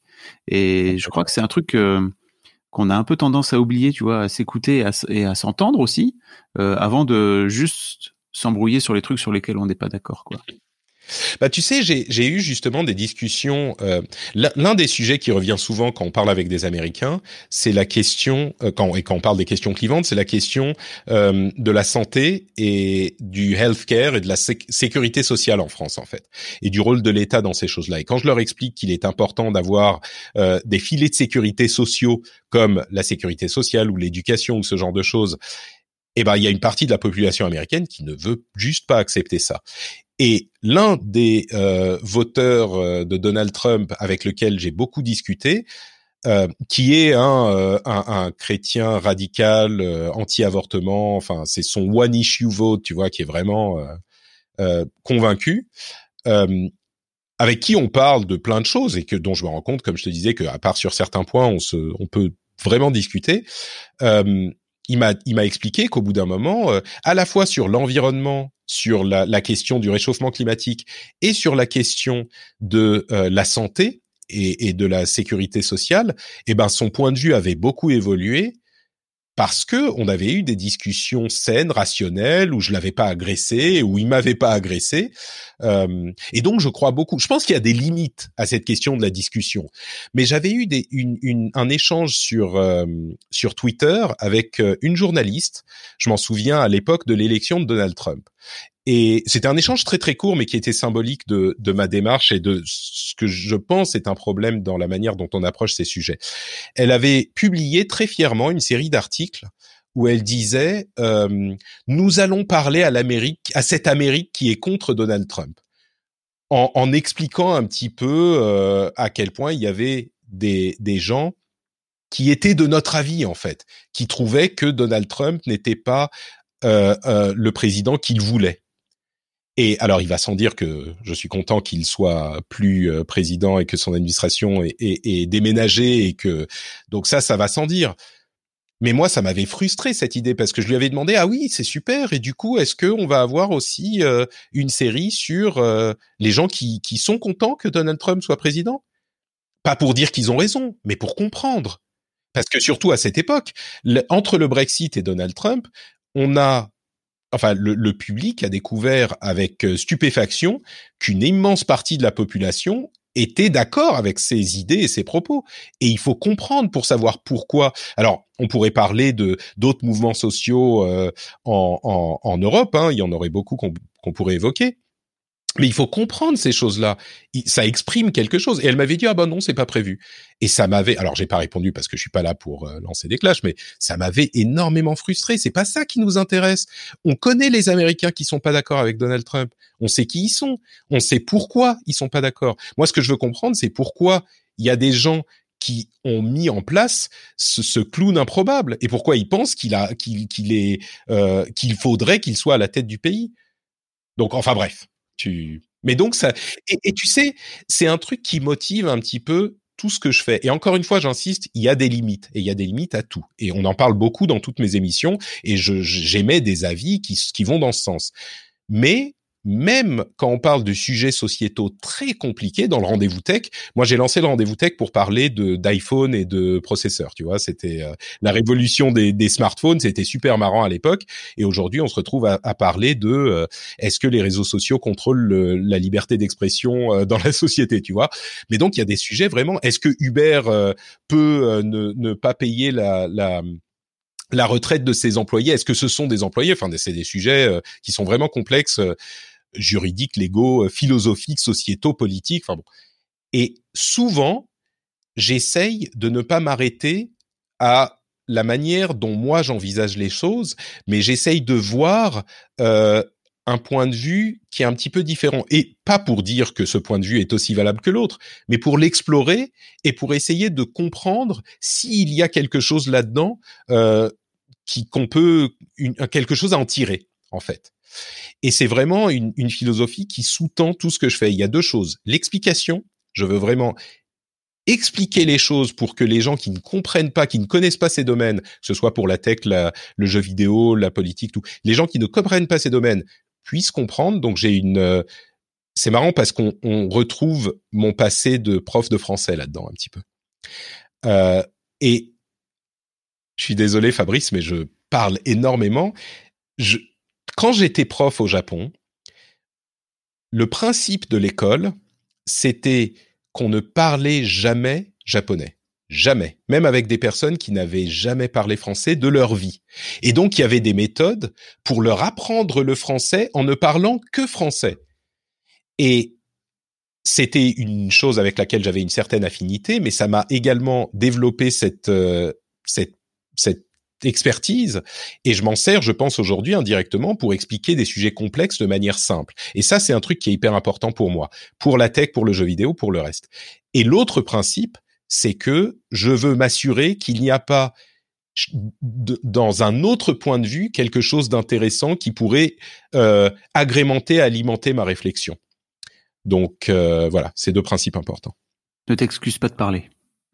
Et je crois que c'est un truc euh, qu'on a un peu tendance à oublier, tu vois, à s'écouter et à, et à s'entendre aussi, euh, avant de juste s'embrouiller sur les trucs sur lesquels on n'est pas d'accord, quoi. Bah, tu sais, j'ai, j'ai eu justement des discussions. Euh, l'un des sujets qui revient souvent quand on parle avec des Américains, c'est la question, euh, quand, et quand on parle des questions clivantes, c'est la question euh, de la santé et du healthcare et de la sé- sécurité sociale en France, en fait, et du rôle de l'État dans ces choses-là. Et quand je leur explique qu'il est important d'avoir euh, des filets de sécurité sociaux comme la sécurité sociale ou l'éducation ou ce genre de choses, eh ben, il y a une partie de la population américaine qui ne veut juste pas accepter ça. Et l'un des euh, voteurs euh, de Donald Trump avec lequel j'ai beaucoup discuté, euh, qui est un, euh, un, un chrétien radical, euh, anti-avortement, enfin c'est son one issue vote, tu vois, qui est vraiment euh, euh, convaincu, euh, avec qui on parle de plein de choses et que dont je me rends compte, comme je te disais, que à part sur certains points, on se, on peut vraiment discuter. Euh, il m'a, il m'a expliqué qu'au bout d'un moment, euh, à la fois sur l'environnement, sur la, la question du réchauffement climatique et sur la question de euh, la santé et, et de la sécurité sociale, eh ben son point de vue avait beaucoup évolué parce que on avait eu des discussions saines, rationnelles, où je l'avais pas agressé, où il m'avait pas agressé. Euh, et donc, je crois beaucoup. Je pense qu'il y a des limites à cette question de la discussion. Mais j'avais eu des, une, une, un échange sur euh, sur Twitter avec euh, une journaliste. Je m'en souviens à l'époque de l'élection de Donald Trump. Et c'était un échange très très court, mais qui était symbolique de, de ma démarche et de ce que je pense est un problème dans la manière dont on approche ces sujets. Elle avait publié très fièrement une série d'articles où elle disait euh, « Nous allons parler à l'Amérique, à cette Amérique qui est contre Donald Trump », en, en expliquant un petit peu euh, à quel point il y avait des, des gens qui étaient de notre avis en fait, qui trouvaient que Donald Trump n'était pas euh, euh, le président qu'il voulait. Et alors, il va sans dire que je suis content qu'il soit plus euh, président et que son administration est, est, est déménagée et que donc ça, ça va sans dire. Mais moi, ça m'avait frustré cette idée parce que je lui avais demandé ah oui, c'est super et du coup, est-ce que on va avoir aussi euh, une série sur euh, les gens qui qui sont contents que Donald Trump soit président? Pas pour dire qu'ils ont raison, mais pour comprendre. Parce que surtout à cette époque, le, entre le Brexit et Donald Trump, on a Enfin, le, le public a découvert avec stupéfaction qu'une immense partie de la population était d'accord avec ses idées et ses propos. Et il faut comprendre pour savoir pourquoi. Alors, on pourrait parler de d'autres mouvements sociaux euh, en, en, en Europe. Hein, il y en aurait beaucoup qu'on, qu'on pourrait évoquer. Mais il faut comprendre ces choses-là. Ça exprime quelque chose. Et elle m'avait dit ah ben non, c'est pas prévu. Et ça m'avait. Alors j'ai pas répondu parce que je suis pas là pour euh, lancer des clashs, mais ça m'avait énormément frustré. C'est pas ça qui nous intéresse. On connaît les Américains qui sont pas d'accord avec Donald Trump. On sait qui ils sont. On sait pourquoi ils sont pas d'accord. Moi, ce que je veux comprendre, c'est pourquoi il y a des gens qui ont mis en place ce, ce clown improbable et pourquoi ils pensent qu'il a, qu'il, qu'il est, euh, qu'il faudrait qu'il soit à la tête du pays. Donc, enfin bref. Tu... Mais donc ça et, et tu sais, c'est un truc qui motive un petit peu tout ce que je fais. Et encore une fois, j'insiste, il y a des limites et il y a des limites à tout. Et on en parle beaucoup dans toutes mes émissions et je, j'émets des avis qui, qui vont dans ce sens. Mais même quand on parle de sujets sociétaux très compliqués dans le rendez-vous tech, moi j'ai lancé le rendez-vous tech pour parler de d'iPhone et de processeurs, tu vois, c'était euh, la révolution des, des smartphones, c'était super marrant à l'époque, et aujourd'hui on se retrouve à, à parler de euh, est-ce que les réseaux sociaux contrôlent le, la liberté d'expression euh, dans la société, tu vois. Mais donc il y a des sujets vraiment, est-ce que Uber euh, peut euh, ne, ne pas payer la, la la retraite de ses employés, est-ce que ce sont des employés? Enfin, c'est des sujets euh, qui sont vraiment complexes, euh, juridiques, légaux, euh, philosophiques, sociétaux, politiques. Enfin bon. Et souvent, j'essaye de ne pas m'arrêter à la manière dont moi j'envisage les choses, mais j'essaye de voir euh, un point de vue qui est un petit peu différent. Et pas pour dire que ce point de vue est aussi valable que l'autre, mais pour l'explorer et pour essayer de comprendre s'il y a quelque chose là-dedans euh, qui qu'on peut une, quelque chose à en tirer en fait. Et c'est vraiment une, une philosophie qui sous-tend tout ce que je fais. Il y a deux choses. L'explication, je veux vraiment expliquer les choses pour que les gens qui ne comprennent pas, qui ne connaissent pas ces domaines, que ce soit pour la tech, la, le jeu vidéo, la politique, tout, les gens qui ne comprennent pas ces domaines puissent comprendre. Donc j'ai une... Euh, c'est marrant parce qu'on on retrouve mon passé de prof de français là-dedans un petit peu. Euh, et je suis désolé Fabrice, mais je parle énormément. Je, quand j'étais prof au Japon, le principe de l'école, c'était qu'on ne parlait jamais japonais. Jamais. Même avec des personnes qui n'avaient jamais parlé français de leur vie. Et donc, il y avait des méthodes pour leur apprendre le français en ne parlant que français. Et c'était une chose avec laquelle j'avais une certaine affinité, mais ça m'a également développé cette, euh, cette, cette expertise, et je m'en sers, je pense aujourd'hui indirectement, pour expliquer des sujets complexes de manière simple. Et ça, c'est un truc qui est hyper important pour moi, pour la tech, pour le jeu vidéo, pour le reste. Et l'autre principe, c'est que je veux m'assurer qu'il n'y a pas dans un autre point de vue quelque chose d'intéressant qui pourrait euh, agrémenter, alimenter ma réflexion. Donc euh, voilà, c'est deux principes importants. Ne t'excuse pas de parler.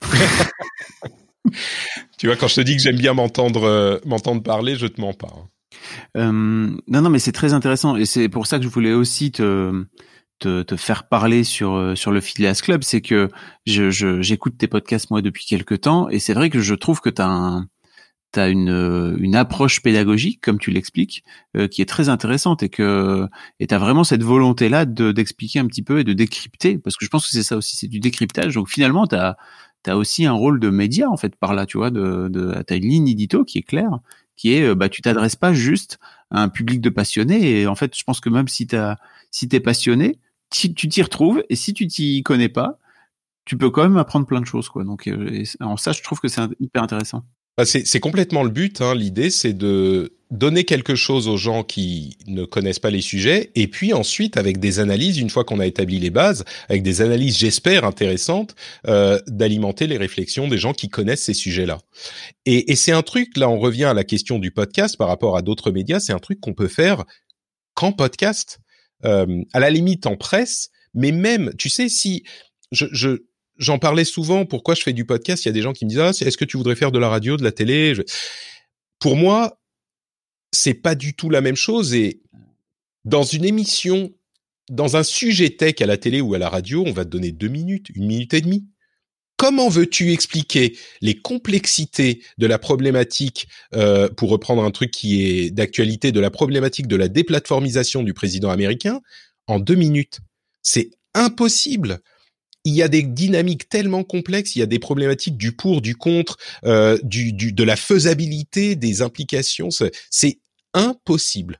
Tu vois, quand je te dis que j'aime bien m'entendre euh, m'entendre parler, je te mens pas. Hein. Euh, non, non, mais c'est très intéressant et c'est pour ça que je voulais aussi te te, te faire parler sur sur le Phileas Club. C'est que je, je j'écoute tes podcasts moi depuis quelque temps et c'est vrai que je trouve que t'as un t'as une une approche pédagogique, comme tu l'expliques, euh, qui est très intéressante et que et t'as vraiment cette volonté là de d'expliquer un petit peu et de décrypter, parce que je pense que c'est ça aussi, c'est du décryptage. Donc finalement, t'as t'as aussi un rôle de média en fait par là, tu vois, de de t'as une ligne édito qui est claire, qui est bah tu t'adresses pas juste à un public de passionnés. Et en fait, je pense que même si t'as si t'es passionné, tu t'y retrouves, et si tu t'y connais pas, tu peux quand même apprendre plein de choses, quoi. Donc euh, en ça, je trouve que c'est hyper intéressant. C'est, c'est complètement le but, hein. L'idée, c'est de donner quelque chose aux gens qui ne connaissent pas les sujets, et puis ensuite, avec des analyses, une fois qu'on a établi les bases, avec des analyses, j'espère, intéressantes, euh, d'alimenter les réflexions des gens qui connaissent ces sujets-là. Et, et c'est un truc, là, on revient à la question du podcast par rapport à d'autres médias, c'est un truc qu'on peut faire qu'en podcast, euh, à la limite en presse, mais même, tu sais, si je... je J'en parlais souvent, pourquoi je fais du podcast, il y a des gens qui me disent « Ah, est-ce que tu voudrais faire de la radio, de la télé ?» je... Pour moi, c'est pas du tout la même chose. Et dans une émission, dans un sujet tech à la télé ou à la radio, on va te donner deux minutes, une minute et demie. Comment veux-tu expliquer les complexités de la problématique, euh, pour reprendre un truc qui est d'actualité, de la problématique de la déplatformisation du président américain en deux minutes? C'est impossible. Il y a des dynamiques tellement complexes, il y a des problématiques du pour, du contre, euh, du, du, de la faisabilité, des implications. C'est, c'est impossible.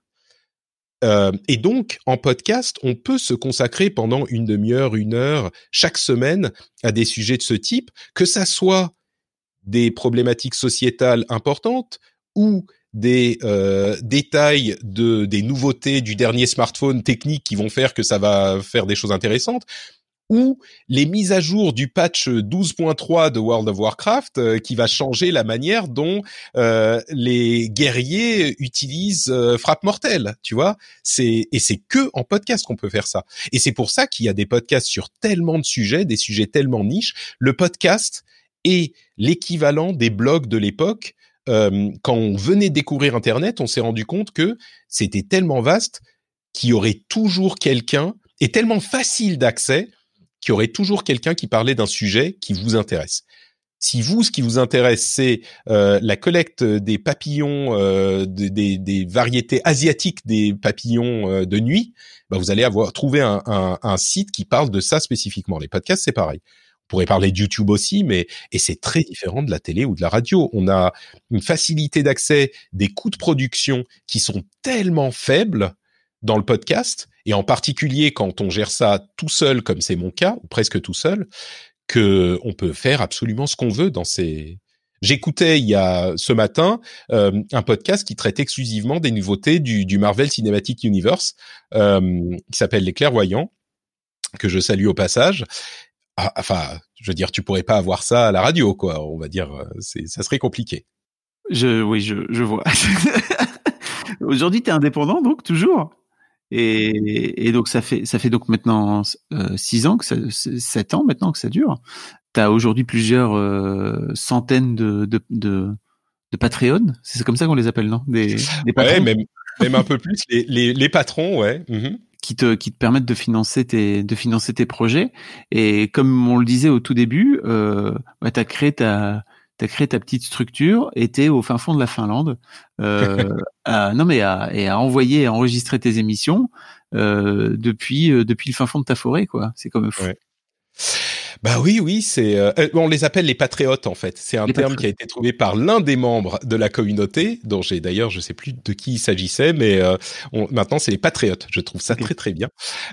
Euh, et donc, en podcast, on peut se consacrer pendant une demi-heure, une heure, chaque semaine, à des sujets de ce type, que ça soit des problématiques sociétales importantes ou des euh, détails de des nouveautés du dernier smartphone technique qui vont faire que ça va faire des choses intéressantes, ou les mises à jour du patch douze point trois de World of Warcraft euh, qui va changer la manière dont euh, les guerriers utilisent euh, frappe mortelle, tu vois. C'est et c'est que en podcast qu'on peut faire ça. Et c'est pour ça qu'il y a des podcasts sur tellement de sujets, des sujets tellement niches. Le podcast est l'équivalent des blogs de l'époque. Euh, quand on venait découvrir Internet, on s'est rendu compte que c'était tellement vaste qu'il y aurait toujours quelqu'un, et tellement facile d'accès, qu'il y aurait toujours quelqu'un qui parlait d'un sujet qui vous intéresse. Si vous, ce qui vous intéresse, c'est euh, la collecte des papillons, euh, des, des, des variétés asiatiques des papillons euh, de nuit, bah vous allez avoir trouvé un, un, un site qui parle de ça spécifiquement. Les podcasts, c'est pareil. On pourrait parler de YouTube aussi, mais et c'est très différent de la télé ou de la radio. On a une facilité d'accès, des coûts de production qui sont tellement faibles dans le podcast, et en particulier quand on gère ça tout seul, comme c'est mon cas, ou presque tout seul, que on peut faire absolument ce qu'on veut dans ces... J'écoutais il y a ce matin euh, un podcast qui traite exclusivement des nouveautés du, du Marvel Cinematic Universe, euh, qui s'appelle Les Clairvoyants, que je salue au passage. Ah, enfin, je veux dire, tu pourrais pas avoir ça à la radio, quoi. On va dire, c'est, ça serait compliqué. Je, oui, je, je vois. Aujourd'hui, t'es indépendant, donc toujours. Et, et donc ça fait ça fait donc maintenant euh, six ans que ça, sept ans maintenant que ça dure. T'as aujourd'hui plusieurs euh, centaines de de de, de Patreon, c'est comme ça qu'on les appelle, non? Des, des patrons. Ouais, même même un peu plus les les, les patrons, ouais. Mm-hmm. Qui te qui te permettent de financer tes de financer tes projets. Et comme on le disait au tout début, euh, ouais, t'as créé ta T'as créé ta petite structure et t'es au fin fond de la Finlande, euh, à, non mais à, et à envoyer, à enregistrer tes émissions euh, depuis euh, depuis le fin fond de ta forêt, quoi. C'est comme fou. Ouais. Bah oui, oui, c'est euh, on les appelle les patriotes en fait. C'est un les terme patriotes. qui a été trouvé par l'un des membres de la communauté, dont j'ai d'ailleurs, je sais plus de qui il s'agissait, mais euh, on, maintenant c'est les patriotes. Je trouve ça okay. très très bien.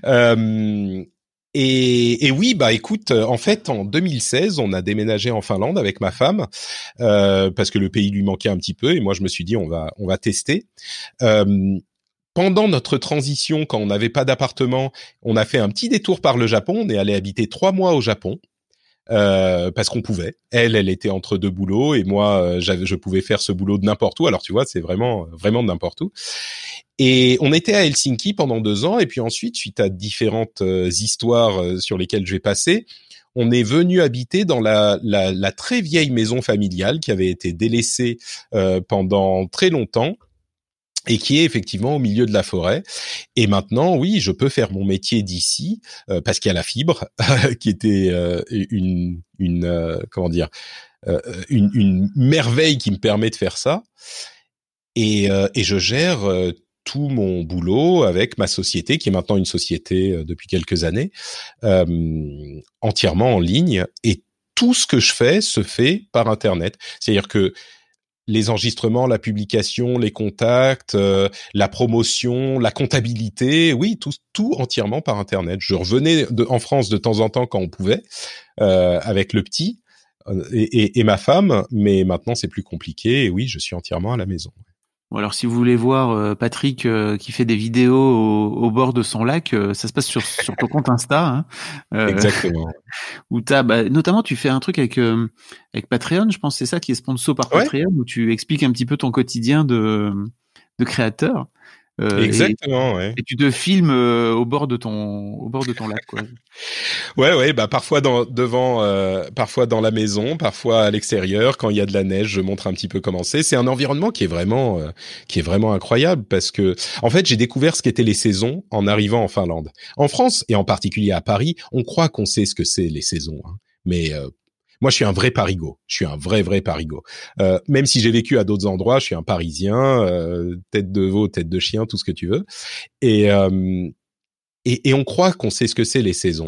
Euh, Et, et oui, bah écoute, en fait, en deux mille seize, on a déménagé en Finlande avec ma femme euh, parce que le pays lui manquait un petit peu. Et moi, je me suis dit, on va, on va tester. Euh, pendant notre transition, quand on n'avait pas d'appartement, on a fait un petit détour par le Japon. On est allé habiter trois mois au Japon. Euh, parce qu'on pouvait. Elle, elle était entre deux boulots et moi, j'avais, je pouvais faire ce boulot de n'importe où. Alors tu vois, c'est vraiment, vraiment de n'importe où. Et on était à Helsinki pendant deux ans et puis ensuite, suite à différentes euh, histoires euh, sur lesquelles je vais passer, on est venu habiter dans la, la, la très vieille maison familiale qui avait été délaissée euh, pendant très longtemps et qui est effectivement au milieu de la forêt. Et maintenant, oui, je peux faire mon métier d'ici euh, parce qu'il y a la fibre, qui était euh, une, une euh, comment dire, euh, une, une merveille qui me permet de faire ça. Et, euh, et je gère euh, tout mon boulot avec ma société, qui est maintenant une société euh, depuis quelques années, euh, entièrement en ligne. Et tout ce que je fais se fait par Internet. C'est-à-dire que les enregistrements, la publication, les contacts, euh, la promotion, la comptabilité, oui, tout, tout entièrement par Internet. Je revenais de, en France de temps en temps quand on pouvait, euh, avec le petit euh, et, et, et ma femme, mais maintenant c'est plus compliqué. Et oui, je suis entièrement à la maison. Bon, alors si vous voulez voir euh, Patrick euh, qui fait des vidéos au, au bord de son lac, euh, ça se passe sur, sur ton compte Insta. Hein, euh, Exactement. Où t'as, bah, notamment, tu fais un truc avec euh, avec Patreon. Je pense que c'est ça qui est sponsor par Ouais. Patreon, où tu expliques un petit peu ton quotidien de de créateur. Euh, Exactement, et, ouais. Et tu te filmes euh, au bord de ton au bord de ton lac, quoi. Ouais, ouais, bah parfois dans devant, euh, parfois dans la maison, parfois à l'extérieur. Quand il y a de la neige, je montre un petit peu comment c'est. C'est un environnement qui est vraiment, euh, qui est vraiment incroyable parce que, en fait, j'ai découvert ce qu'étaient les saisons en arrivant en Finlande. En France et en particulier à Paris, on croit qu'on sait ce que c'est les saisons, hein. Mais euh, moi, je suis un vrai parigot. Je suis un vrai, vrai parigot. Euh, même si j'ai vécu à d'autres endroits, je suis un Parisien, euh, tête de veau, tête de chien, tout ce que tu veux. Et euh, Et, et on croit qu'on sait ce que c'est les saisons.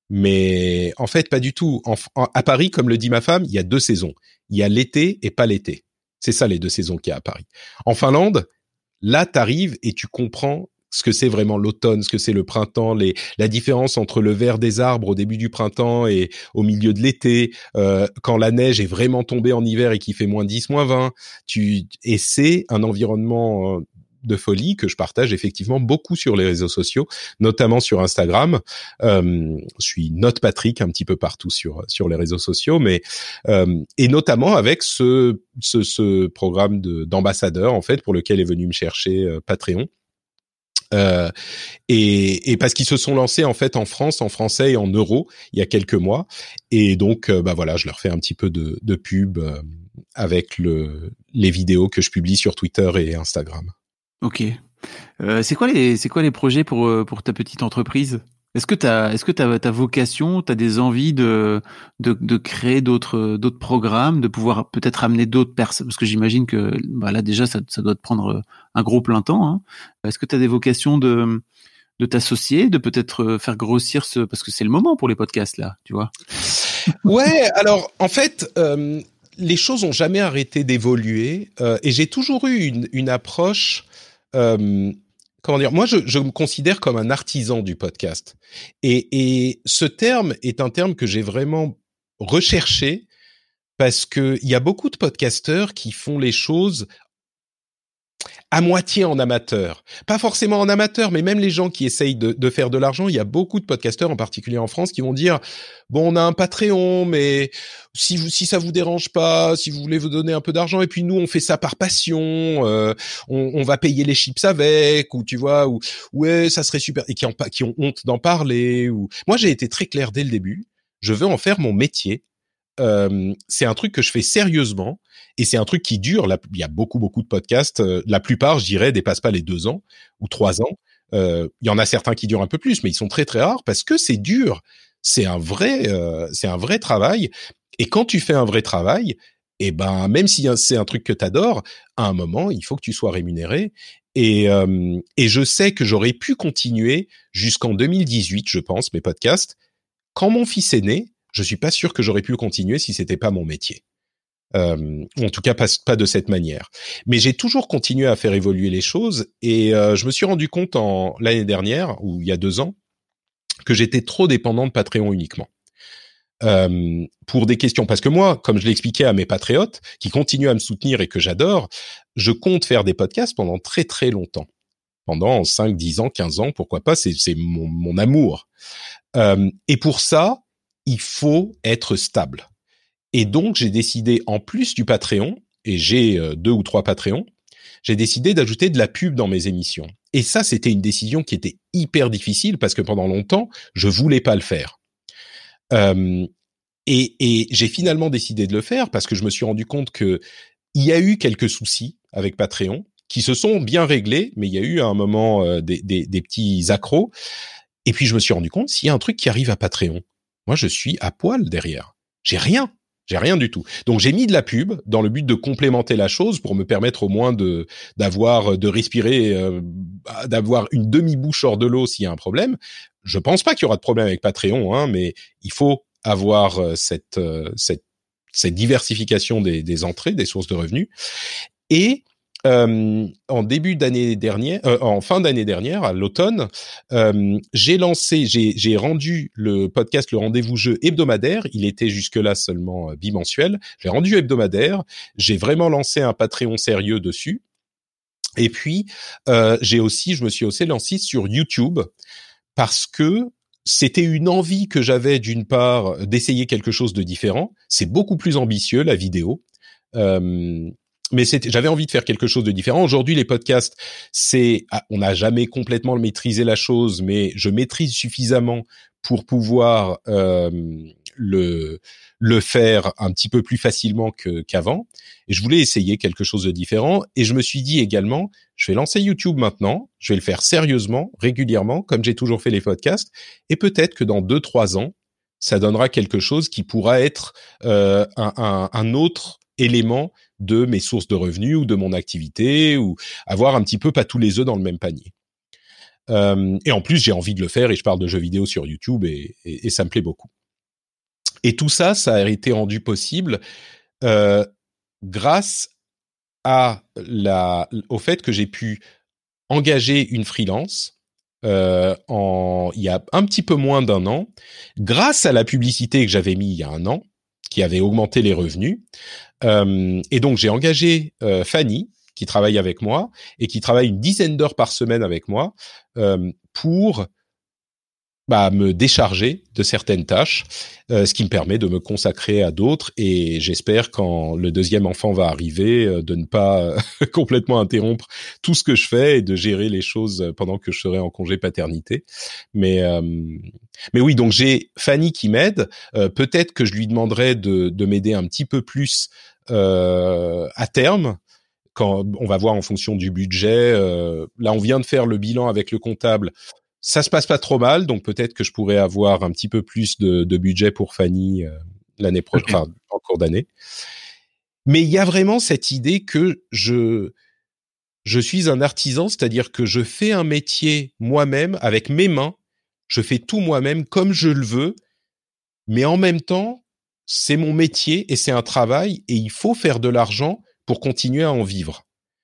Mais en fait, pas du tout. En, en, à Paris, comme le dit ma femme, il y a deux saisons. Il y a l'été et pas l'été. C'est ça les deux saisons qu'il y a à Paris. En Finlande, là, t'arrives et tu comprends ce que c'est vraiment l'automne, ce que c'est le printemps, les, la différence entre le vert des arbres au début du printemps et au milieu de l'été, euh, quand la neige est vraiment tombée en hiver et qu'il fait moins dix, moins vingt. Tu, et c'est un environnement de folie que je partage effectivement beaucoup sur les réseaux sociaux, notamment sur Instagram. Euh, je suis Note Patrick un petit peu partout sur sur les réseaux sociaux, mais euh, et notamment avec ce ce, ce programme de d'ambassadeur en fait pour lequel est venu me chercher euh, Patreon. Euh, et, et parce qu'ils se sont lancés en fait en France, en français et en euros il y a quelques mois, et donc euh, bah voilà, je leur fais un petit peu de, de pub euh, avec le les vidéos que je publie sur Twitter et Instagram. Ok. Euh, c'est quoi les c'est quoi les projets pour pour ta petite entreprise? Est-ce que t'as est-ce que t'as ta vocation, t'as des envies de de de créer d'autres d'autres programmes, de pouvoir peut-être amener d'autres personnes, parce que j'imagine que bah là déjà ça ça doit te prendre un gros plein temps, hein. Est-ce que t'as des vocations de de t'associer, de peut-être faire grossir ce, parce que c'est le moment pour les podcasts là, tu vois? Ouais, alors en fait. Euh... Les choses ont jamais arrêté d'évoluer euh, et j'ai toujours eu une, une approche. Euh, comment dire ? Moi, je, je me considère comme un artisan du podcast. Et, et ce terme est un terme que j'ai vraiment recherché parce que il y a beaucoup de podcasteurs qui font les choses à moitié en amateur. Pas forcément en amateur, mais même les gens qui essayent de, de faire de l'argent, il y a beaucoup de podcasteurs, en particulier en France, qui vont dire « Bon, on a un Patreon, mais si, vous, si ça vous dérange pas, si vous voulez vous donner un peu d'argent, et puis nous, on fait ça par passion, euh, on, on va payer les chips avec, ou tu vois, ou ouais, ça serait super, et qui ont, qui ont honte d'en parler. Ou moi, j'ai été très clair dès le début, je veux en faire mon métier. Euh, c'est un truc que je fais sérieusement et c'est un truc qui dure. Là, il y a beaucoup beaucoup de podcasts. Euh, la plupart, je dirais, dépassent pas les deux ans ou trois ans. Euh, il y en a certains qui durent un peu plus, mais ils sont très très rares parce que c'est dur. C'est un vrai, euh, c'est un vrai travail. Et quand tu fais un vrai travail, eh ben même si c'est un truc que t'adores, à un moment, il faut que tu sois rémunéré. Et, euh, et je sais que j'aurais pu continuer jusqu'en deux mille dix-huit, je pense, mes podcasts. Quand mon fils est né, je suis pas sûr que j'aurais pu continuer si c'était pas mon métier. Euh, en tout cas, pas, pas de cette manière. Mais j'ai toujours continué à faire évoluer les choses et euh, je me suis rendu compte en l'année dernière, ou il y a deux ans, que j'étais trop dépendant de Patreon uniquement. Euh, pour des questions, parce que moi, comme je l'expliquais à mes patriotes, qui continuent à me soutenir et que j'adore, je compte faire des podcasts pendant très très longtemps. Pendant cinq, dix ans, quinze ans, pourquoi pas, c'est, c'est mon, mon amour. Euh, et pour ça, il faut être stable. Et donc, j'ai décidé, en plus du Patreon, et j'ai euh, deux ou trois Patreons, j'ai décidé d'ajouter de la pub dans mes émissions. Et ça, c'était une décision qui était hyper difficile parce que pendant longtemps, je voulais pas le faire. Euh, et, et j'ai finalement décidé de le faire parce que je me suis rendu compte que il y a eu quelques soucis avec Patreon qui se sont bien réglés, mais il y a eu à un moment euh, des, des, des petits accros. Et puis je me suis rendu compte, s'il y a un truc qui arrive à Patreon, moi je suis à poil derrière. J'ai rien. J'ai rien du tout. Donc j'ai mis de la pub dans le but de complémenter la chose pour me permettre au moins de d'avoir de respirer, euh, d'avoir une demi-bouche hors de l'eau s'il y a un problème. Je pense pas qu'il y aura de problème avec Patreon, hein, mais il faut avoir cette cette cette diversification des, des entrées, des sources de revenus. Et Euh, en début d'année dernière, euh, en fin d'année dernière, à l'automne, euh, j'ai lancé, j'ai, j'ai rendu le podcast Le Rendez-vous Jeu hebdomadaire. Il était jusque-là seulement bimensuel. J'ai rendu hebdomadaire. J'ai vraiment lancé un Patreon sérieux dessus. Et puis, euh, j'ai aussi, je me suis aussi lancé sur YouTube parce que c'était une envie que j'avais d'une part d'essayer quelque chose de différent. C'est beaucoup plus ambitieux, la vidéo. Euh, Mais c'était, j'avais envie de faire quelque chose de différent. Aujourd'hui, les podcasts, c'est, on n'a jamais complètement maîtrisé la chose, mais je maîtrise suffisamment pour pouvoir euh, le le faire un petit peu plus facilement que qu'avant. Et je voulais essayer quelque chose de différent. Et je me suis dit également, je vais lancer YouTube maintenant. Je vais le faire sérieusement, régulièrement, comme j'ai toujours fait les podcasts. Et peut-être que dans deux, trois ans, ça donnera quelque chose qui pourra être euh, un, un, un autre élément de mes sources de revenus ou de mon activité, ou avoir un petit peu pas tous les œufs dans le même panier. Euh, et en plus, j'ai envie de le faire et je parle de jeux vidéo sur YouTube et, et, et ça me plaît beaucoup. Et tout ça, ça a été rendu possible euh, grâce à la, au fait que j'ai pu engager une freelance euh, en, il y a un petit peu moins d'un an, grâce à la publicité que j'avais mis il y a un an, qui avait augmenté les revenus. Euh, et donc, j'ai engagé euh, Fanny, qui travaille avec moi, et qui travaille une dizaine d'heures par semaine avec moi, euh, pour bah, me décharger de certaines tâches, euh, ce qui me permet de me consacrer à d'autres. Et j'espère, quand le deuxième enfant va arriver, euh, de ne pas euh, complètement interrompre tout ce que je fais et de gérer les choses pendant que je serai en congé paternité. Mais euh, mais oui, donc j'ai Fanny qui m'aide. Euh, peut-être que je lui demanderai de, de m'aider un petit peu plus euh, à terme. Quand on va voir en fonction du budget. Euh, là, on vient de faire le bilan avec le comptable. Ça se passe pas trop mal, donc peut-être que je pourrais avoir un petit peu plus de, de budget pour Fanny euh, l'année prochaine, okay. Enfin en cours d'année. Mais il y a vraiment cette idée que je je suis un artisan, c'est-à-dire que je fais un métier moi-même avec mes mains. Je fais tout moi-même comme je le veux, mais en même temps, c'est mon métier et c'est un travail et il faut faire de l'argent pour continuer à en vivre.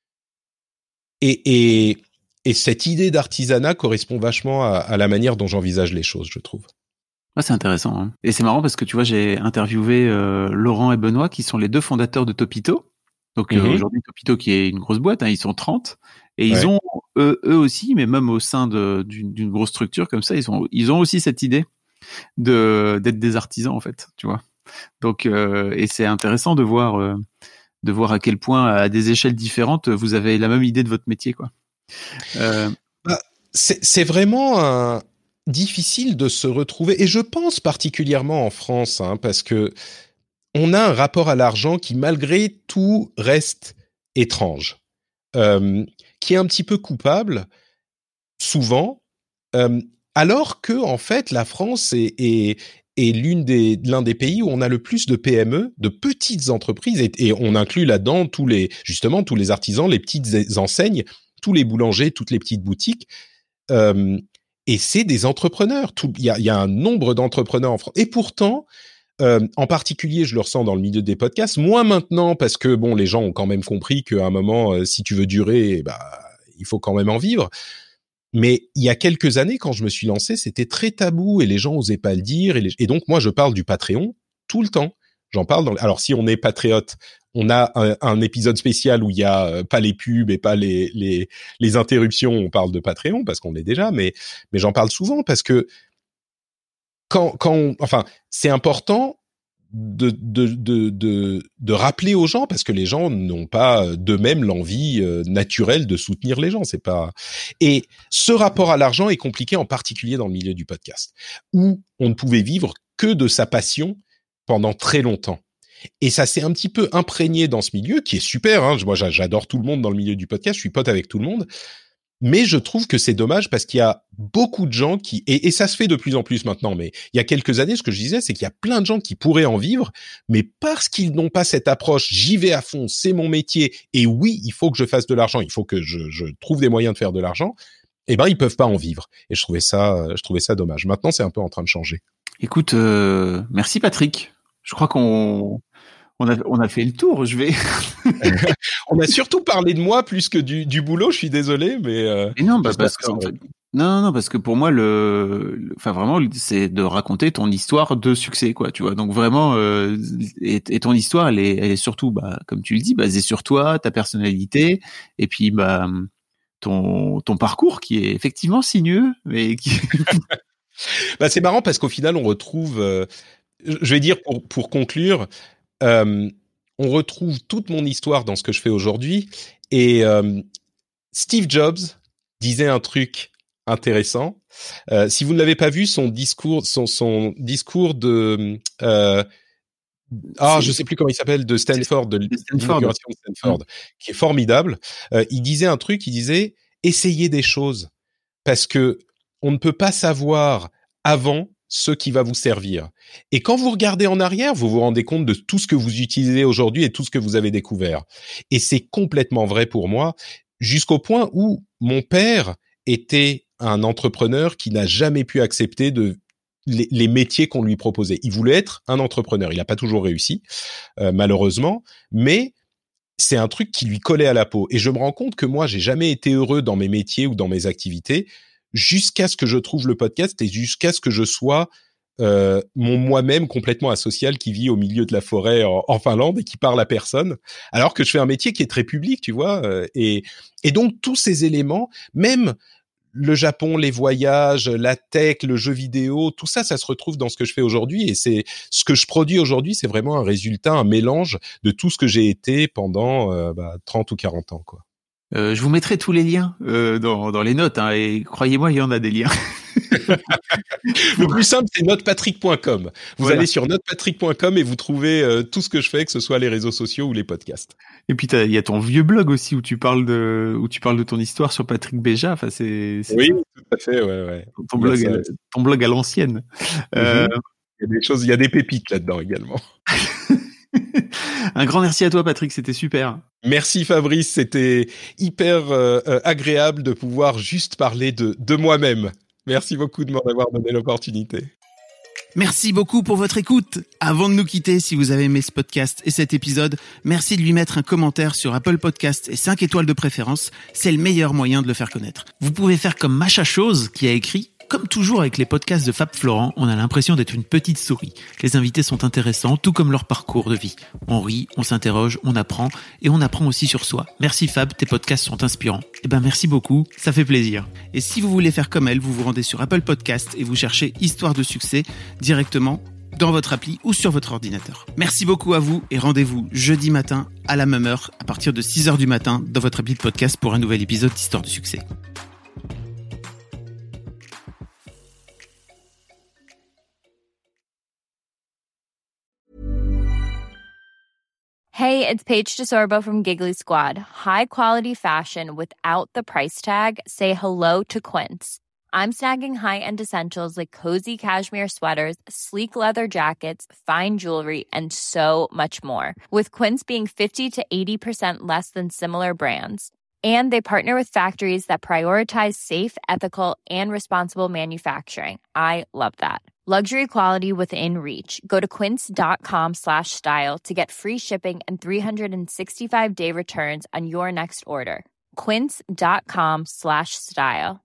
Et, et, et cette idée d'artisanat correspond vachement à, à la manière dont j'envisage les choses, je trouve. Ouais, c'est intéressant. Hein. Et c'est marrant parce que tu vois, j'ai interviewé euh, Laurent et Benoît, qui sont les deux fondateurs de Topito. Donc mm-hmm. euh, aujourd'hui, Topito, qui est une grosse boîte, hein, ils sont trente. Et ils ouais. ont, eux, eux aussi, mais même au sein de, d'une, d'une grosse structure comme ça, ils ont, ils ont aussi cette idée de, d'être des artisans, en fait, tu vois. Donc, euh, et c'est intéressant de voir... Euh, de voir à quel point, à des échelles différentes, vous avez la même idée de votre métier, quoi. Euh... Bah, c'est, c'est vraiment un... difficile de se retrouver, et je pense particulièrement en France, hein, parce que on a un rapport à l'argent qui, malgré tout, reste étrange, euh, qui est un petit peu coupable, souvent, euh, alors que, en fait, la France est, est est l'une des, l'un des pays où on a le plus de P M E, de petites entreprises, et, et on inclut là-dedans tous les, justement, tous les artisans, les petites enseignes, tous les boulangers, toutes les petites boutiques, euh, et c'est des entrepreneurs. Il y a, y a un nombre d'entrepreneurs en France. Et pourtant, euh, en particulier, je le ressens dans le milieu des podcasts, moins maintenant, parce que, bon, les gens ont quand même compris qu'à un moment, euh, si tu veux durer, bah, il faut quand même en vivre. Mais il y a quelques années, quand je me suis lancé, c'était très tabou et les gens osaient pas le dire. Et, les... et donc, moi, je parle du Patreon tout le temps. J'en parle dans... Alors, si on est patriote, on a un, un épisode spécial où il y a euh, pas les pubs et pas les, les, les interruptions. On parle de Patreon parce qu'on l'est déjà, mais, mais j'en parle souvent parce que quand, quand on... enfin, c'est important de, de, de, de, de rappeler aux gens, parce que les gens n'ont pas d'eux-mêmes l'envie euh, naturelle de soutenir les gens. C'est pas... Et ce rapport à l'argent est compliqué, en particulier dans le milieu du podcast, où on ne pouvait vivre que de sa passion pendant très longtemps. Et ça s'est un petit peu imprégné dans ce milieu, qui est super. Hein. Moi, j'adore tout le monde dans le milieu du podcast. Je suis pote avec tout le monde. Mais je trouve que c'est dommage parce qu'il y a beaucoup de gens qui... Et, et ça se fait de plus en plus maintenant, mais il y a quelques années, ce que je disais, c'est qu'il y a plein de gens qui pourraient en vivre, mais parce qu'ils n'ont pas cette approche, j'y vais à fond, c'est mon métier, et oui, il faut que je fasse de l'argent, il faut que je, je trouve des moyens de faire de l'argent, eh ben, ils peuvent pas en vivre. Et je trouvais ça, je trouvais ça dommage. Maintenant, c'est un peu en train de changer. Écoute, euh, merci Patrick. Je crois qu'on... On a, on a fait le tour, je vais... On a surtout parlé de moi plus que du, du boulot, je suis désolé, mais... Euh, mais non, bah parce que... En fait, non, non, parce que pour moi, le... le enfin, vraiment, c'est de raconter ton histoire de succès, quoi, tu vois. Donc, vraiment, euh, et, et ton histoire, elle est, elle est surtout, bah, comme tu le dis, basée sur toi, ta personnalité, et puis, bah, ton, ton parcours qui est effectivement sinueux, mais qui... bah, c'est marrant parce qu'au final, on retrouve... Euh, je vais dire, pour, pour conclure... Euh, on retrouve toute mon histoire dans ce que je fais aujourd'hui. Et euh, Steve Jobs disait un truc intéressant. Euh, si vous ne l'avez pas vu, son discours, son, son discours de... Euh, ah, je sais plus comment il s'appelle, de Stanford, de l'inauguration de Stanford, mmh. qui est formidable. Euh, il disait un truc, il disait « Essayez des choses, parce que on ne peut pas savoir avant ce qui va vous servir. Et quand vous regardez en arrière, vous vous rendez compte de tout ce que vous utilisez aujourd'hui et tout ce que vous avez découvert. Et c'est complètement vrai pour moi, jusqu'au point où mon père était un entrepreneur qui n'a jamais pu accepter de les, les métiers qu'on lui proposait. Il voulait être un entrepreneur. Il n'a pas toujours réussi, euh, malheureusement, mais c'est un truc qui lui collait à la peau. Et je me rends compte que moi, j'ai jamais été heureux dans mes métiers ou dans mes activités jusqu'à ce que je trouve le podcast et jusqu'à ce que je sois euh, mon moi-même complètement asocial qui vit au milieu de la forêt en, en Finlande et qui parle à personne, alors que je fais un métier qui est très public, tu vois. Euh, et, et donc, tous ces éléments, même le Japon, les voyages, la tech, le jeu vidéo, tout ça, ça se retrouve dans ce que je fais aujourd'hui. Et c'est ce que je produis aujourd'hui, c'est vraiment un résultat, un mélange de tout ce que j'ai été pendant euh, bah, trente ou quarante ans, quoi. Euh, je vous mettrai tous les liens euh, dans, dans les notes, hein, et croyez-moi, il y en a des liens. Le plus simple, c'est notepatrick point com. Vous voilà. allez sur notepatrick point com et vous trouvez euh, tout ce que je fais, que ce soit les réseaux sociaux ou les podcasts. Et puis il y a ton vieux blog aussi où tu parles de où tu parles de ton histoire sur Patrick Béja. Enfin, c'est, c'est oui, tout à fait, ouais, ouais. Ton blog, à, ton blog à l'ancienne. Mm-hmm. Euh... Il y a des choses, il y a des pépites là-dedans également. Un grand merci à toi, Patrick, c'était super. Merci Fabrice, c'était hyper euh, agréable de pouvoir juste parler de, de moi-même. Merci beaucoup de m'en avoir donné l'opportunité. Merci beaucoup pour votre écoute. Avant de nous quitter, si vous avez aimé ce podcast et cet épisode, merci de lui mettre un commentaire sur Apple Podcasts et cinq étoiles de préférence. C'est le meilleur moyen de le faire connaître. Vous pouvez faire comme Macha Chose qui a écrit: comme toujours avec les podcasts de Fab Florent, on a l'impression d'être une petite souris. Les invités sont intéressants, tout comme leur parcours de vie. On rit, on s'interroge, on apprend, et on apprend aussi sur soi. Merci Fab, tes podcasts sont inspirants. Eh ben merci beaucoup, ça fait plaisir. Et si vous voulez faire comme elle, vous vous rendez sur Apple Podcasts et vous cherchez Histoire de succès directement dans votre appli ou sur votre ordinateur. Merci beaucoup à vous et rendez-vous jeudi matin à la même heure, à partir de six heures du matin, dans votre appli de podcast pour un nouvel épisode d'Histoire de succès. Hey, it's Paige DeSorbo from Giggly Squad. High quality fashion without the price tag. Say hello to Quince. I'm snagging high-end essentials like cozy cashmere sweaters, sleek leather jackets, fine jewelry, and so much more. With Quince being fifty to eighty percent less than similar brands. And they partner with factories that prioritize safe, ethical, and responsible manufacturing. I love that. Luxury quality within reach. Go to quince.com slash style to get free shipping and three sixty-five day returns on your next order. Quince.com slash style.